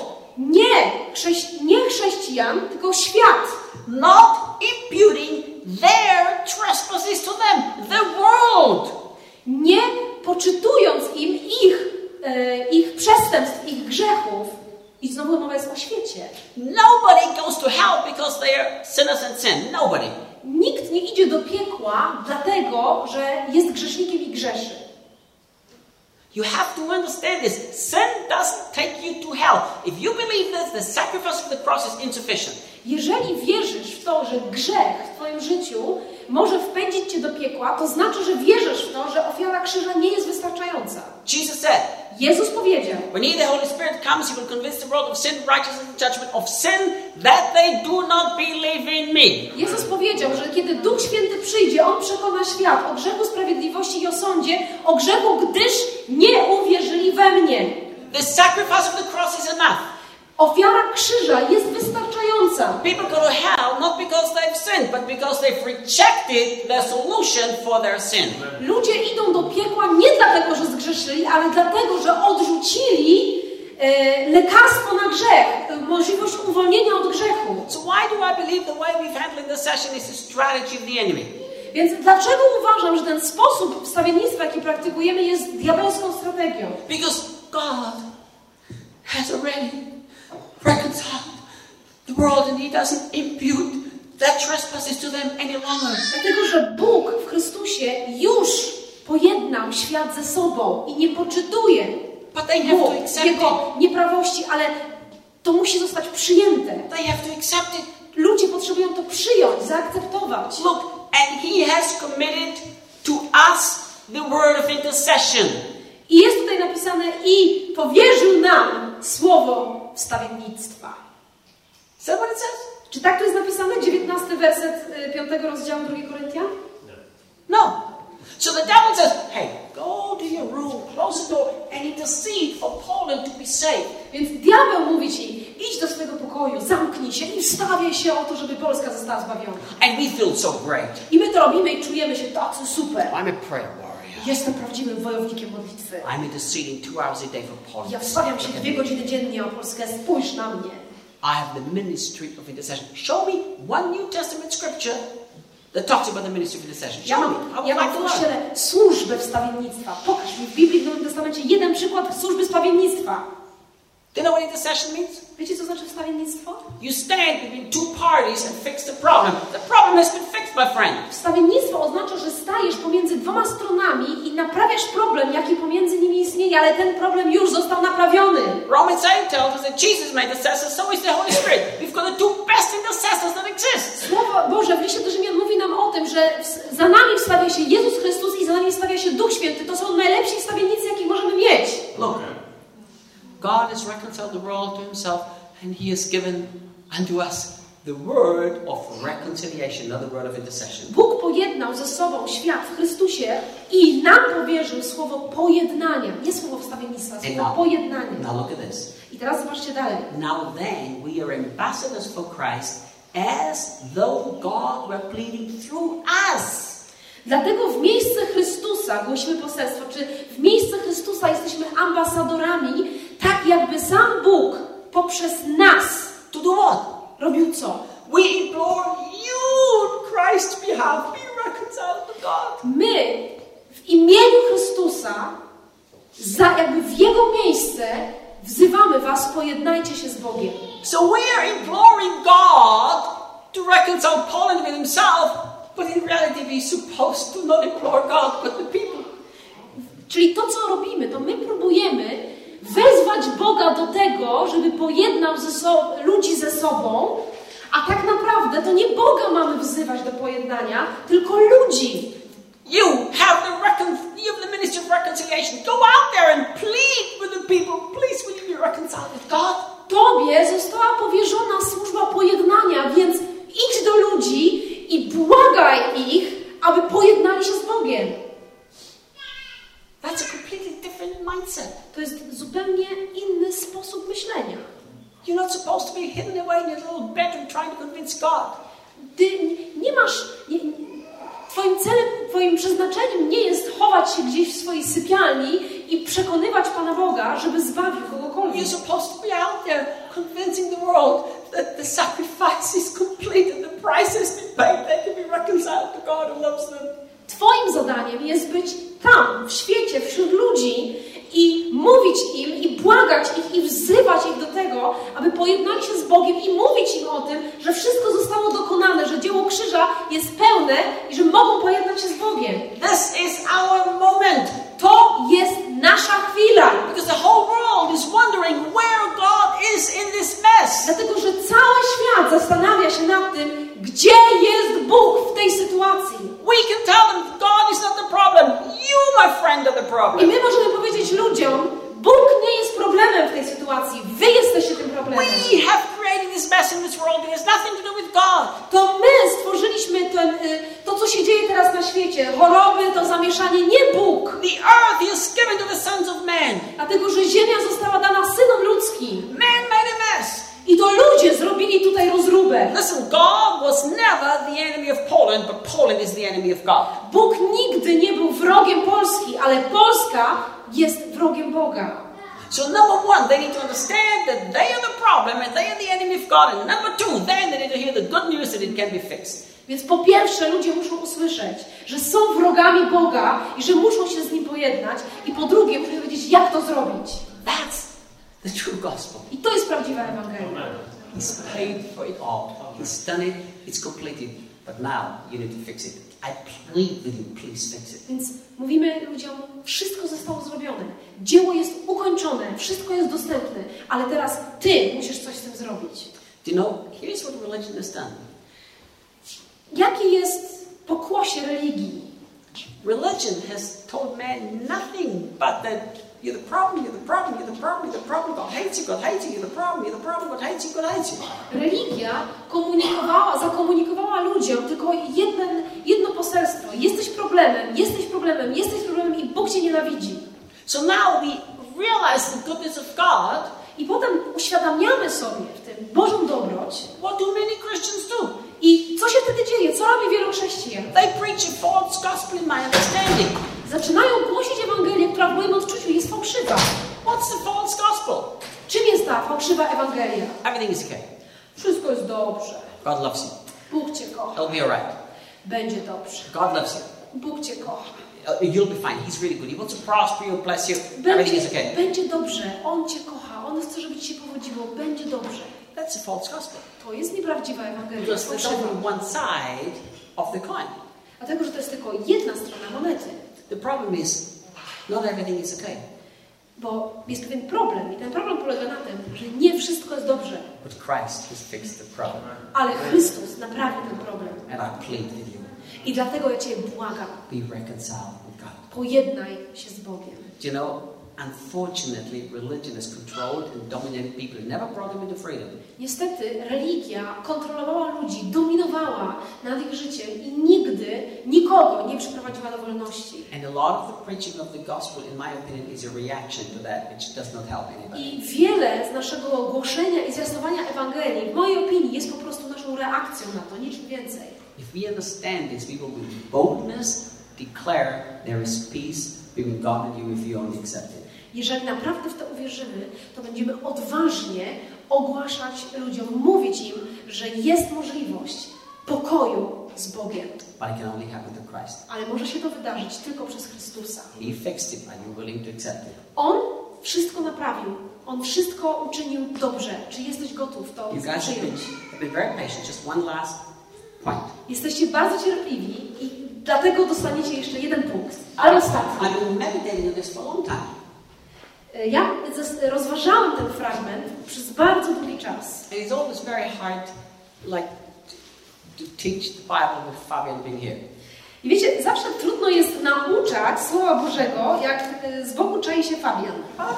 Nie chrześcijan, tylko świat. Not imputing their trespasses to them, the world. Nie poczytując im ich przestępstw, ich grzechów. I znowu mowa jest o świecie. Nobody goes to hell because they are sinners and sin. Nobody. Nikt nie idzie do piekła dlatego, że jest grzesznikiem i grzeszy. You have to understand this. Sin doesn't take you to hell. If you believe this, the sacrifice of the cross is insufficient. Jeżeli wierzysz w to, że grzech w twoim życiu może wpędzić cię do piekła, to znaczy, że wierzysz w to, że ofiara krzyża nie jest wystarczająca. Jesus said, Jezus powiedział, when he, the Holy Spirit, comes, he will convince the world of sin, righteousness and judgment, of sin, that they do not believe in me. Jezus powiedział, że kiedy Duch Święty przyjdzie, On przekona świat o grzechu, sprawiedliwości i o sądzie, o grzechu, gdyż nie uwierzyli we mnie. The sacrifice of the cross is enough. Ofiara krzyża jest wystarczająca. People go to hell not because they've sinned, but because they've rejected the solution for their sin. Ludzie idą do piekła nie dlatego, że zgrzeszyli, ale dlatego, że odrzucili lekarstwo na grzech, możliwość uwolnienia od grzechu. So why do I believe the way we've handled intercession is a strategy of the enemy? Więc dlaczego uważam, że ten sposób wstawiennictwa, jaki praktykujemy, jest diabelską strategią? Because God has already reconciled the world and he doesn't impute their trespasses to them any longer. Dlatego, że Bóg w Chrystusie już pojednał świat ze sobą i nie poczytuje Jego nieprawości, ale to musi zostać przyjęte. They have to accept it. Ludzie potrzebują to przyjąć, zaakceptować. Look, and he has committed to us the word of intercession. I jest tutaj napisane i powierzył nam słowo wstawiennictwa. Is that what it says? Czy tak tu jest napisane? 19 werset 5 rozdziału 2 Koryntian? No. So the devil says, hey, go to your room, close the door and intercede for Poland to be saved. Więc diabeł mówi ci, idź do swojego pokoju, zamknij się i wstawiaj się o to, żeby Polska została zbawiona. And we feel so great. I my to robimy i czujemy się tacy super. I'm a prayer warrior. Jestem prawdziwym wojownikiem modlitwy. I'm interceding 2 hours a day for Poland. Ja wstawiam się 2 godziny dziennie o Polskę. Spójrz na mnie. I have the ministry of intercession. Show me one New Testament scripture that talks about the ministry of intercession. Ja Show me. mam I would w like to learn. Kościele służbę wstawiennictwa. Pokaż mi w Biblii, w Nowym Testamencie jeden przykład służby wstawiennictwa. Do you know what intercession means? Wiecie, co znaczy wstawiennictwo? You stand between two parties and fix the problem. The problem has been fixed, my friend. Wstawiennictwo oznacza, że stajesz pomiędzy 2 stronami i naprawiasz problem, jaki pomiędzy nimi istnieje, ale ten problem już został naprawiony. Romans 8 tells us that Jesus made intercessors, so is the Holy Spirit. We've got the 2 best intercessors that exist. Słowo Boże w liście do Rzymian mówi nam o tym, że za nami wstawia się Jezus Chrystus i za nami wstawia się Duch Święty. To są najlepsi wstawiennicy, jakich możemy mieć. Look, God has reconciled the world to himself, and he has given unto us the word of reconciliation, not the word of intercession. Bóg pojednał ze sobą świat w Chrystusie i nam powierzył słowo pojednania. Nie słowo wstawiennictwa, słowo pojednania. Now look at this. I teraz zobaczcie dalej. Now then, we are ambassadors for Christ, as though God were pleading through us. Dlatego w miejsce Chrystusa głosimy poselstwo, czy w miejsce Chrystusa jesteśmy ambasadorami, tak jakby sam Bóg poprzez nas To do what? robił co? We implore you on Christ's behalf, be reconciled to God. My w imieniu Chrystusa, jakby w Jego miejsce wzywamy was, pojednajcie się z Bogiem. So we are imploring God to reconcile Poland with himself, but in reality we're supposed to not implore God, but the people. Czyli to, co robimy, to my próbujemy wezwać Boga do tego, żeby pojednał ludzi ze sobą, a tak naprawdę to nie Boga mamy wzywać do pojednania, tylko ludzi. You have the ministry of reconciliation. Go out there and plead with the people. Please, will you be reconciled with God? Tobie została powierzona służba pojednania, więc idź do ludzi i błagaj ich, aby pojednali się z Bogiem. That's a completely different mindset. To jest zupełnie inny sposób myślenia. You're not supposed to be hidden away in your little bedroom trying to convince God. Ty nie masz... Twoim celem, twoim przeznaczeniem nie jest chować się gdzieś w swojej sypialni i przekonywać Pana Boga, żeby zbawił kogokolwiek. You're supposed to be out there convincing the world that the sacrifice is complete and the price has been paid. They can be reconciled to God who loves them. Twoim zadaniem jest być tam, w świecie, wśród ludzi i mówić im, i błagać ich, i wzywać ich do tego, aby pojednali się z Bogiem i mówić im o tym, że wszystko zostało dokonane, że dzieło krzyża jest pełne i że mogą pojednać się z Bogiem. This is our moment. To jest nasza chwila. Because the whole world is wondering where God is in this mess. Dlatego, że cały świat zastanawia się nad tym, gdzie jest Bóg w tej sytuacji. We can tell them God is not the problem. You, my friend, are the I problem. my możemy powiedzieć ludziom, Bóg nie jest problemem w tej sytuacji. Wy jesteście tym problemem. We have created this mess in this world. It has nothing to do with God. To my stworzyliśmy to, co się dzieje teraz na świecie. Choroby, to zamieszanie, nie Bóg. The earth is given to the sons of men. Dlatego, że ziemia została dana synom ludzkim. Man made a mess. I to ludzie zrobili tutaj rozróbę. Listen, God was never the enemy of Poland, but Poland is the enemy of God. Bóg nigdy nie był wrogiem Polski, ale Polska jest wrogiem Boga. So number one, they need to understand that they are the problem and they are the enemy of God. And number two, then they need to hear the good news that it can be fixed. Więc po pierwsze ludzie muszą usłyszeć, że są wrogami Boga i że muszą się z Nim pojednać. I po drugie muszą wiedzieć, jak to zrobić. That's the true gospel. I to jest prawdziwa Ewangelia. He's paid for it all. He's done it. It's completed. But now you need to fix it. I plead with you, please fix it. Więc mówimy ludziom, wszystko zostało zrobione. Dzieło jest ukończone, wszystko jest dostępne, ale teraz ty musisz coś z tym zrobić. Do you know, here's what religion has done. Jakie jest pokłosie religii? Religion has told man nothing but that you're the problem, you're the problem, you're the problem, you're the problem. God hates you, God hates you, you're the problem, you're the problem, God hates you, God hates you. Religia zakomunikowała ludziom tylko jedno poselstwo. Jesteś problemem, jesteś problemem, jesteś problemem i Bóg cię nienawidzi. So now we realize the goodness of God. I potem uświadamiamy sobie w tym Bożą dobroć. What do many Christians do? I co się wtedy dzieje? Co robi wielu chrześcijan? They preach a false gospel in my understanding. Zaczynają głosić Ewangelię, która w moim odczuciu jest fałszywa. What's the false gospel? Czym jest ta fałszywa Ewangelia? Everything is okay. Wszystko jest dobrze. God loves you. Bóg Cię kocha. It'll be alright. Będzie dobrze. God loves you. Bóg Cię kocha. You'll be fine. He's really good. He wants to prosper you, bless you. Everything is okay. Będzie dobrze. On Cię kocha. On chce, żeby Ci się powodziło. Będzie dobrze. That's a false gospel. To jest nieprawdziwa Ewangelia. Because there's only one side of the coin. Dlatego, że to jest tylko jedna strona monety. The problem is, not everything is okay. Bo jest pewien problem i ten problem polega na tym, że nie wszystko jest dobrze. But Christ has fixed the problem. Ale Chrystus naprawił ten problem. And I plead with you. I dlatego ja Cię błagam. Be reconciled with God. Pojednaj się z Bogiem. Do you know, unfortunately, religion has controlled and dominated people. It never brought them into freedom. Niestety religia kontrolowała ludzi, dominowała nad ich życiem i nigdy nikogo nie przyprowadziła do wolności. And a lot of the preaching of the gospel, in my opinion, is a reaction to that, which does not help anybody. I wiele z naszego głoszenia i zwiastowania Ewangelii, w mojej opinii, jest po prostu naszą reakcją na to, niczym więcej. If we understand this, we will with boldness declare there is peace between God and you if you only accept it. Jeżeli naprawdę w to uwierzymy, to będziemy odważnie ogłaszać ludziom, mówić im, że jest możliwość pokoju z Bogiem. But it can only happen to Christ. Ale może się to wydarzyć tylko przez Chrystusa. He fixed it. Are you willing to accept it? On wszystko naprawił. On wszystko uczynił dobrze. Czy jesteś gotów to You guys have przyjąć? been very patient. Just one last point. Jesteście bardzo cierpliwi i dlatego dostaniecie jeszcze jeden punkt. Ale ostatni. I've been meditating on this for a long time. Ja rozważałam ten fragment przez bardzo długi czas. And it's always very hard, like, to teach the Bible with Fabian being here. I wiecie, zawsze trudno jest nauczać Słowa Bożego, jak z boku czai się Fabian.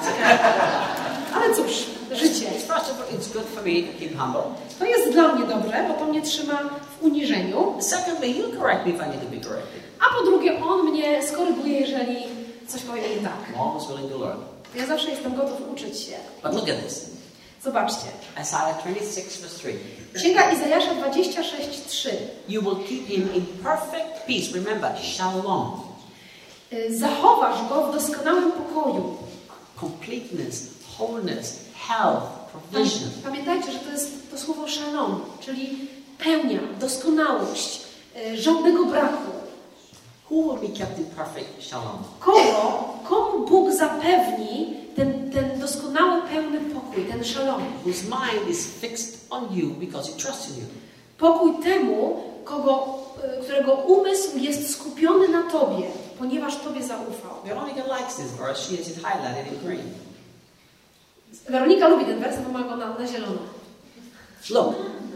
Ale cóż, życie. First of all, it's good for me to keep humble. To jest dla mnie dobre, bo to mnie trzyma w uniżeniu. Secondly, he'll correct me if I need to be corrected. A po drugie, on mnie skoryguje, jeżeli coś powiem nie tak. I'm always willing to learn. Ja zawsze jestem gotów uczyć się. But look at this. Zobaczcie. Isaiah 26, verse 3. Księga Izajasza 26:3. You will keep him in perfect peace. Remember, shalom. Zachowasz go w doskonałym pokoju. Completeness, wholeness, health, provision. Pamiętajcie, że to jest to słowo shalom, czyli pełnia, doskonałość, żadnego braku. Who will be kept in perfect shalom? Komu Bóg zapewni ten doskonały, pełny pokój, ten shalom? Whose mind is fixed on you because he trusts in you. Pokój temu, którego umysł jest skupiony na Tobie, ponieważ Tobie zaufał. Veronica likes this verse. She has it highlighted in green. Weronika lubi ten wers, bo ma go na zielono. Look,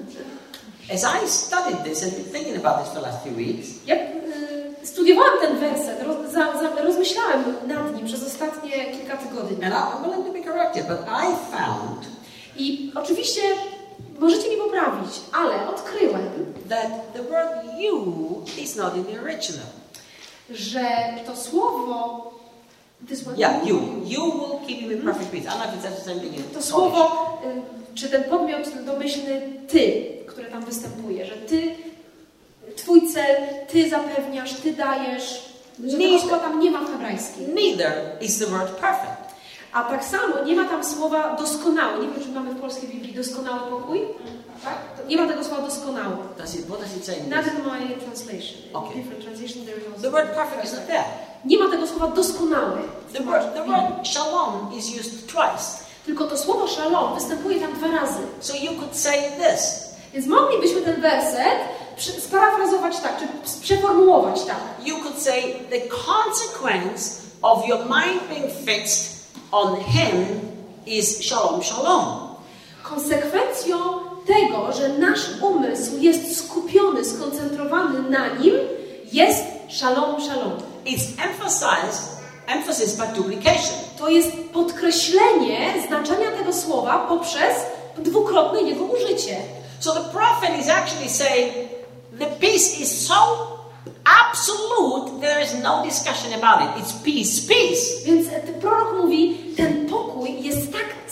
as I studied this and been thinking about this for the last few weeks, Jak studiowałam ten werset, rozmyślałem nad nim przez ostatnie kilka tygodni. and I'm willing to be corrected, but I found I oczywiście możecie mi poprawić, ale odkryłem, that the word you is not in the original. że to słowo Yeah, you will keep him in perfect peace. I don't know if it's the same thing in to Polish. słowo, czy ten podmiot domyślny ty, który tam występuje, że ty, twój cel, ty zapewniasz, ty dajesz, że tego słowa tam nie ma w hebrajskim. Neither is the word perfect. A tak samo nie ma tam słowa doskonały. Nie wiem, czy mamy w polskiej Biblii doskonały pokój? Tak? Nie ma tego słowa doskonały. What does it say in Not this? in my translation. Okay. Different translation there is also. The word perfect is not there. Nie ma tego słowa doskonały. The word shalom is used twice. Tylko to słowo shalom występuje tam 2 razy. So you could say this. Więc moglibyśmy ten werset sparafrazować tak, czy przeformułować tak. You could say the consequence of your mind being fixed on him is shalom, shalom. Konsekwencją tego, że nasz umysł jest skupiony, skoncentrowany na nim, jest shalom, shalom. It's emphasis by duplication. To jest podkreślenie znaczenia tego słowa poprzez dwukrotne jego użycie. So the prophet is actually saying the peace is so absolute there is no discussion about it. It's peace, peace. Więc prorok mówi, ten pokój jest tak całkowicie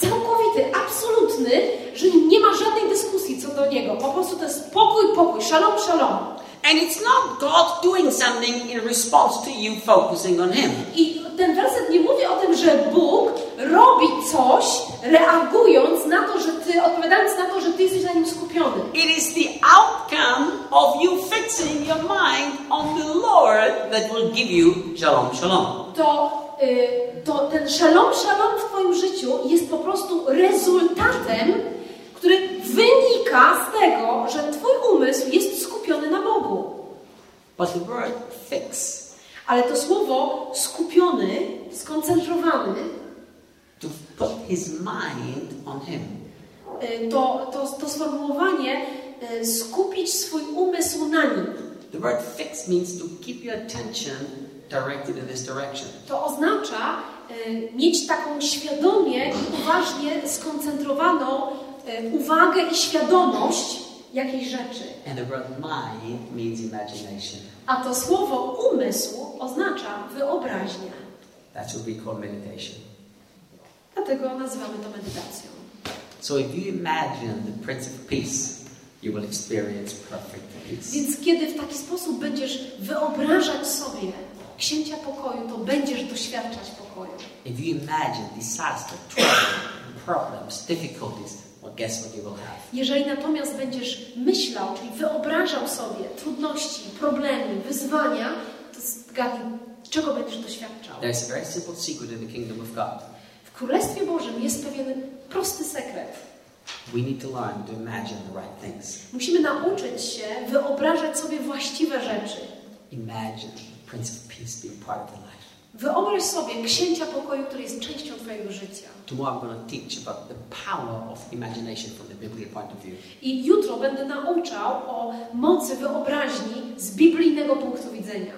całkowity, absolutny, że nie ma żadnej dyskusji co do niego. Po prostu to jest pokój, shalom, shalom. And it's not God doing something in response to you focusing on Him. I ten werset nie mówi o tym, że Bóg robi coś, reagując na to, że ty, odpowiadając na to, że ty jesteś na nim skupiony. It is the outcome of you fixing your mind on the Lord that will give you shalom, shalom. To ten shalom, shalom w twoim życiu jest po prostu rezultatem, który wynika z tego, że twój umysł jest skupiony na Bogu. But the word fix, ale to słowo skupiony, skoncentrowany, to put his mind on Him. To sformułowanie skupić swój umysł na nim. The word fix means to keep your attention directed in this direction. To oznacza mieć taką świadomie i uważnie skoncentrowaną uwagę i świadomość jakiejś rzeczy. And the word mind means imagination. A to słowo umysł oznacza wyobraźnia. That's what we call meditation. Dlatego nazywamy to medytacją. So if you imagine the Prince of Peace, you will experience perfect peace. Więc kiedy w taki sposób będziesz wyobrażać sobie księcia pokoju, to będziesz doświadczać pokoju. If you imagine disaster, trouble, problems, difficulties, well, guess what you will have? Jeżeli natomiast będziesz myślał, czyli wyobrażał sobie trudności, problemy, wyzwania, to zgadnij, czego będziesz doświadczał. There's a very simple secret in the kingdom of God. W Królestwie Bożym jest pewien prosty sekret. We need to learn to imagine the right things. Musimy nauczyć się wyobrażać sobie właściwe rzeczy. Imagine the Prince of Peace being part of your life. Wyobraź sobie księcia pokoju, który jest częścią twojego życia. Tomorrow I'm going to teach about the power of imagination from the biblical point of view. I jutro będę nauczał o mocy wyobraźni z biblijnego punktu widzenia.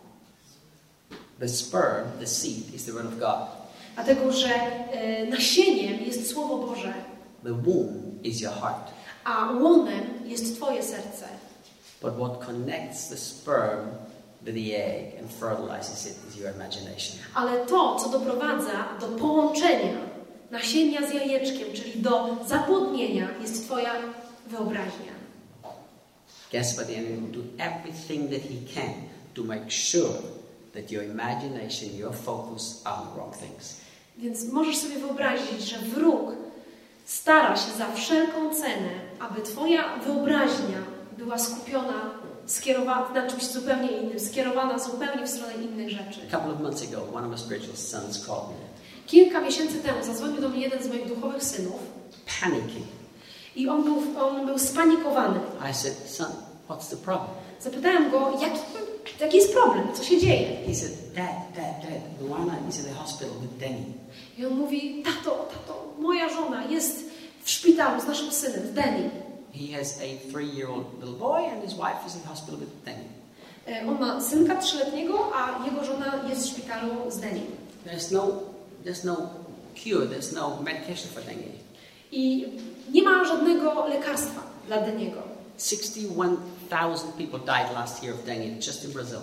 The sperm, the seed, is the word of God. Dlatego, że nasieniem jest Słowo Boże. The womb is your heart. A łonem jest twoje serce. But what connects the sperm to the egg and fertilizes it is your imagination. Ale to, co doprowadza do połączenia nasienia z jajeczkiem, czyli do zapłodnienia, jest twoja wyobraźnia. Guess what? The enemy will do everything that he can to make sure that your imagination, your focus are on the wrong things. Więc możesz sobie wyobrazić, że wróg stara się za wszelką cenę, aby twoja wyobraźnia była skupiona, skierowana na czymś zupełnie innym, skierowana zupełnie w stronę innych rzeczy. A couple of months ago, one of my spiritual sons called me. Kilka miesięcy temu zadzwonił do mnie jeden z moich duchowych synów. Panicking. I on był spanikowany. I said, son, what's the problem? Zapytałem go, jaki jest problem, co się dzieje? He said, Dad, Luana is in the hospital with Denny. I on mówi, tato, moja żona jest w szpitalu z naszym synem, z Denny. He has a 3-year-old little boy and his wife is in the hospital with Denny. On ma synka 3-letniego, a jego żona jest w szpitalu z Denny. There's no cure, there's no medication for dengue. I nie ma żadnego lekarstwa dla Denniego. 61,000 people died last year of dengue just in Brazil.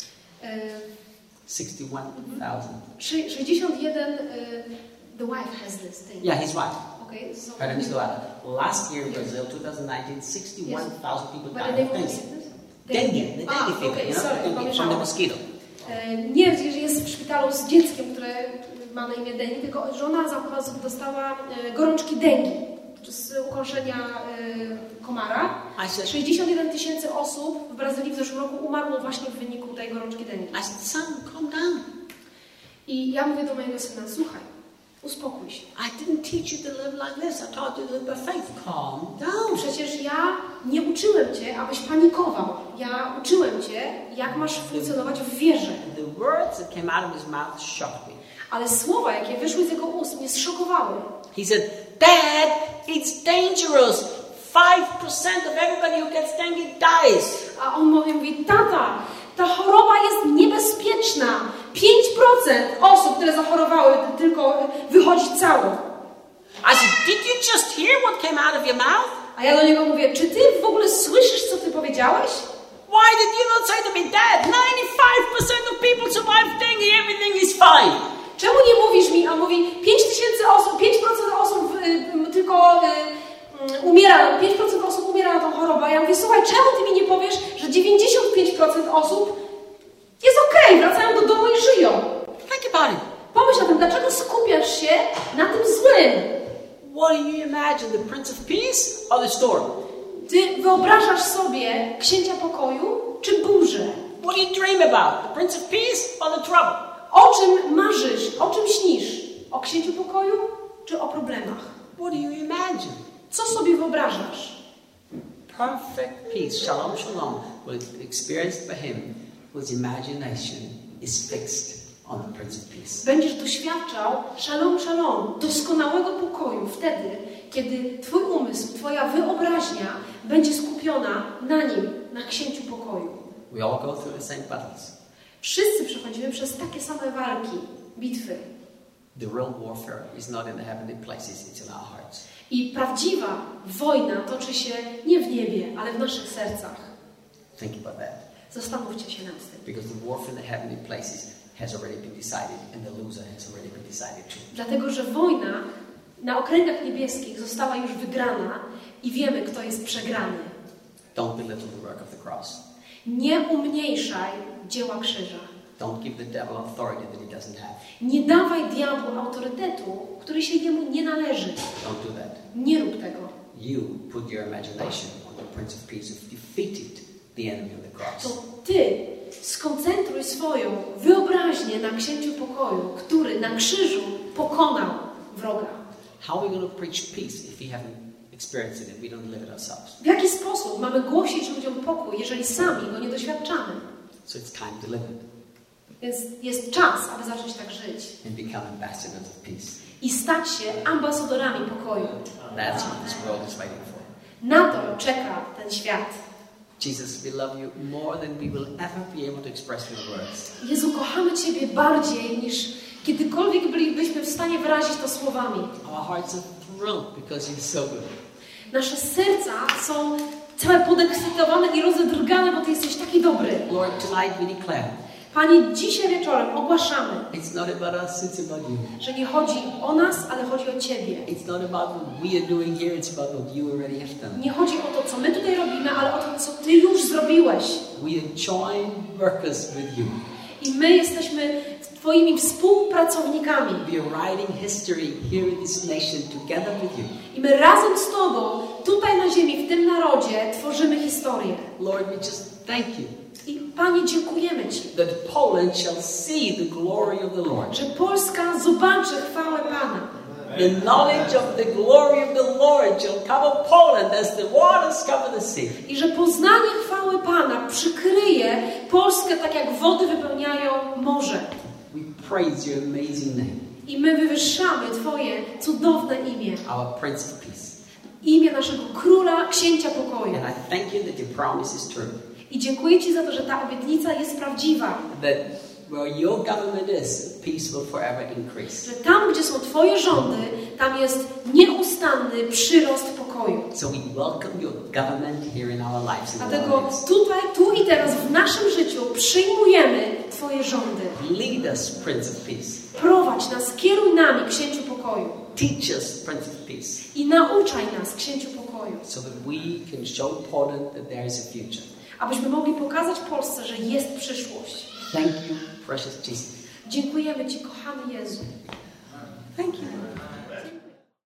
61,000. 61, the wife has this thing. Yeah, his wife. Okay, so Her name is Luana. Last year in Brazil, 2019, 61,000 people But died the of name dengue. of Dengue, the dengue fever, okay, you know, sorry, dengue from the mosquito. Nie, że jest w szpitalu z dzieckiem, które ma na imię Dengue, tylko żona dostała gorączki dengue z ukąszenia komara. 61 000 osób w Brazylii w zeszłym roku umarło właśnie w wyniku tej gorączki dengue. I said, son, calm down. I ja mówię do mojego syna, słuchaj, uspokój się. I didn't teach you to live like this. I taught you to live by faith. Calm down. Przecież ja nie uczyłem cię, abyś panikował. Ja uczyłem cię, jak masz funkcjonować w wierze. The words that came out of his mouth shocked me. Ale słowa, jakie wyszły z jego ust, mnie zszokowały. He said, Dad, it's dangerous. 5% of everybody who gets dengue dies. A on mówi, tata, ta choroba jest niebezpieczna. 5% osób, które zachorowały, tylko wychodzi cało. I said, did you just hear what came out of your mouth? A ja do niego mówię, czy ty w ogóle słyszysz, co ty powiedziałeś? Why did you not say to me, Dad, 95% of people survive dengue, everything is fine. czemu nie mówisz mi, a mówi 5,000 osób, 5% osób tylko umiera, 5% osób umiera na tą chorobę. A ja mówię, słuchaj, czemu ty mi nie powiesz, że 95% osób jest okej, wracają do domu i żyją? Think about it. Pomyśl o tym, dlaczego skupiasz się na tym złym? What do you imagine, the Prince of Peace or the storm? Ty wyobrażasz sobie księcia pokoju czy burzę? What do you dream about, the Prince of Peace or the trouble? O czym marzysz? O czym śnisz? O księciu pokoju czy o problemach? What do you imagine? Co sobie wyobrażasz? Perfect peace, shalom, shalom, was experienced by him whose imagination is fixed on the Prince of Peace. Będziesz doświadczał szalom, szalom, doskonałego pokoju wtedy, kiedy twój umysł, twoja wyobraźnia będzie skupiona na nim, na księciu pokoju. We all go through the same battles. Wszyscy przechodzimy przez takie same walki, bitwy. The real warfare is not in the heavenly places, it's in our hearts. I prawdziwa wojna toczy się nie w niebie, ale w naszych sercach. Think about that. Zastanówcie się nad tym. Because the warfare in the heavenly places has already been decided and the loser has already been decided too. Dlatego, że wojna na okręgach niebieskich została już wygrana i wiemy, kto jest przegrany. Don't belittle the work of the cross. Nie umniejszaj dzieła krzyża. Don't give the devil authority that he doesn't have. Nie dawaj diabłu autorytetu, który się jemu nie należy. Don't do that. Nie rób tego. You put your imagination on the Prince of Peace who defeated the enemy on the cross. To ty skoncentruj swoją wyobraźnię na księciu pokoju, który na krzyżu pokonał wroga. How are we going to preach peace if we haven't experienced it, if we don't live it ourselves? W jaki sposób mamy głosić ludziom pokój, jeżeli sami go nie doświadczamy? So it's time to live it Więc jest czas, aby zacząć tak żyć and become ambassadors of peace. i stać się ambasadorami pokoju. That's what this world is waiting for. Na to czeka ten świat. Jesus, we love you more than we will ever be able to express with words. Jezu, kochamy Ciebie bardziej niż kiedykolwiek bylibyśmy w stanie wyrazić to słowami. Our hearts are thrilled because you're so good. Nasze serca są całe podekscytowane i rozedrgane, bo Ty jesteś taki dobry. Lord, tonight we declare, Panie, dzisiaj wieczorem ogłaszamy, it's not about us, it's about you. że nie chodzi o nas, ale chodzi o Ciebie. It's not about what we are doing here, it's about what you already have done. Nie chodzi o to, co my tutaj robimy, ale o to, co Ty już zrobiłeś. We are joint workers with you. I my jesteśmy Twoimi współpracownikami. We are writing history here in this nation together with you. I my razem z Tobą, tutaj na ziemi, w tym narodzie, tworzymy historię. Lord, we just thank you I Panie, dziękujemy Ci, that Poland shall see the glory of the Lord. że Polska zobaczy chwałę Pana. The knowledge of the glory of the Lord shall cover Poland as the waters cover the sea. I że poznanie chwały Pana przykryje Polskę tak jak wody wypełniają morze. We praise your amazing name, I my wywyższamy Twoje cudowne imię. our Prince of Peace. Imię naszego Króla, Księcia Pokoju. And I thank you that your promise is true. I dziękuję Ci za to, że ta obietnica jest prawdziwa. That where your government is, peace will forever increase. Że tam, gdzie są Twoje rządy, tam jest nieustanny przyrost pokoju. So we welcome your government here in our lives. Dlatego tutaj, tu i teraz w naszym życiu przyjmujemy Twoje rządy. Lead us, Prince of Peace. Prowadź nas, kieruj nami, Księciu Pokoju. Teach us, Prince of Peace. I nauczaj nas, Księciu Pokoju. So that we can show Poland that there is a future. Abyśmy mogli pokazać Polsce, że jest przyszłość. Thank you, precious Jesus. Dziękujemy Ci, kochany Jezu. Thank you.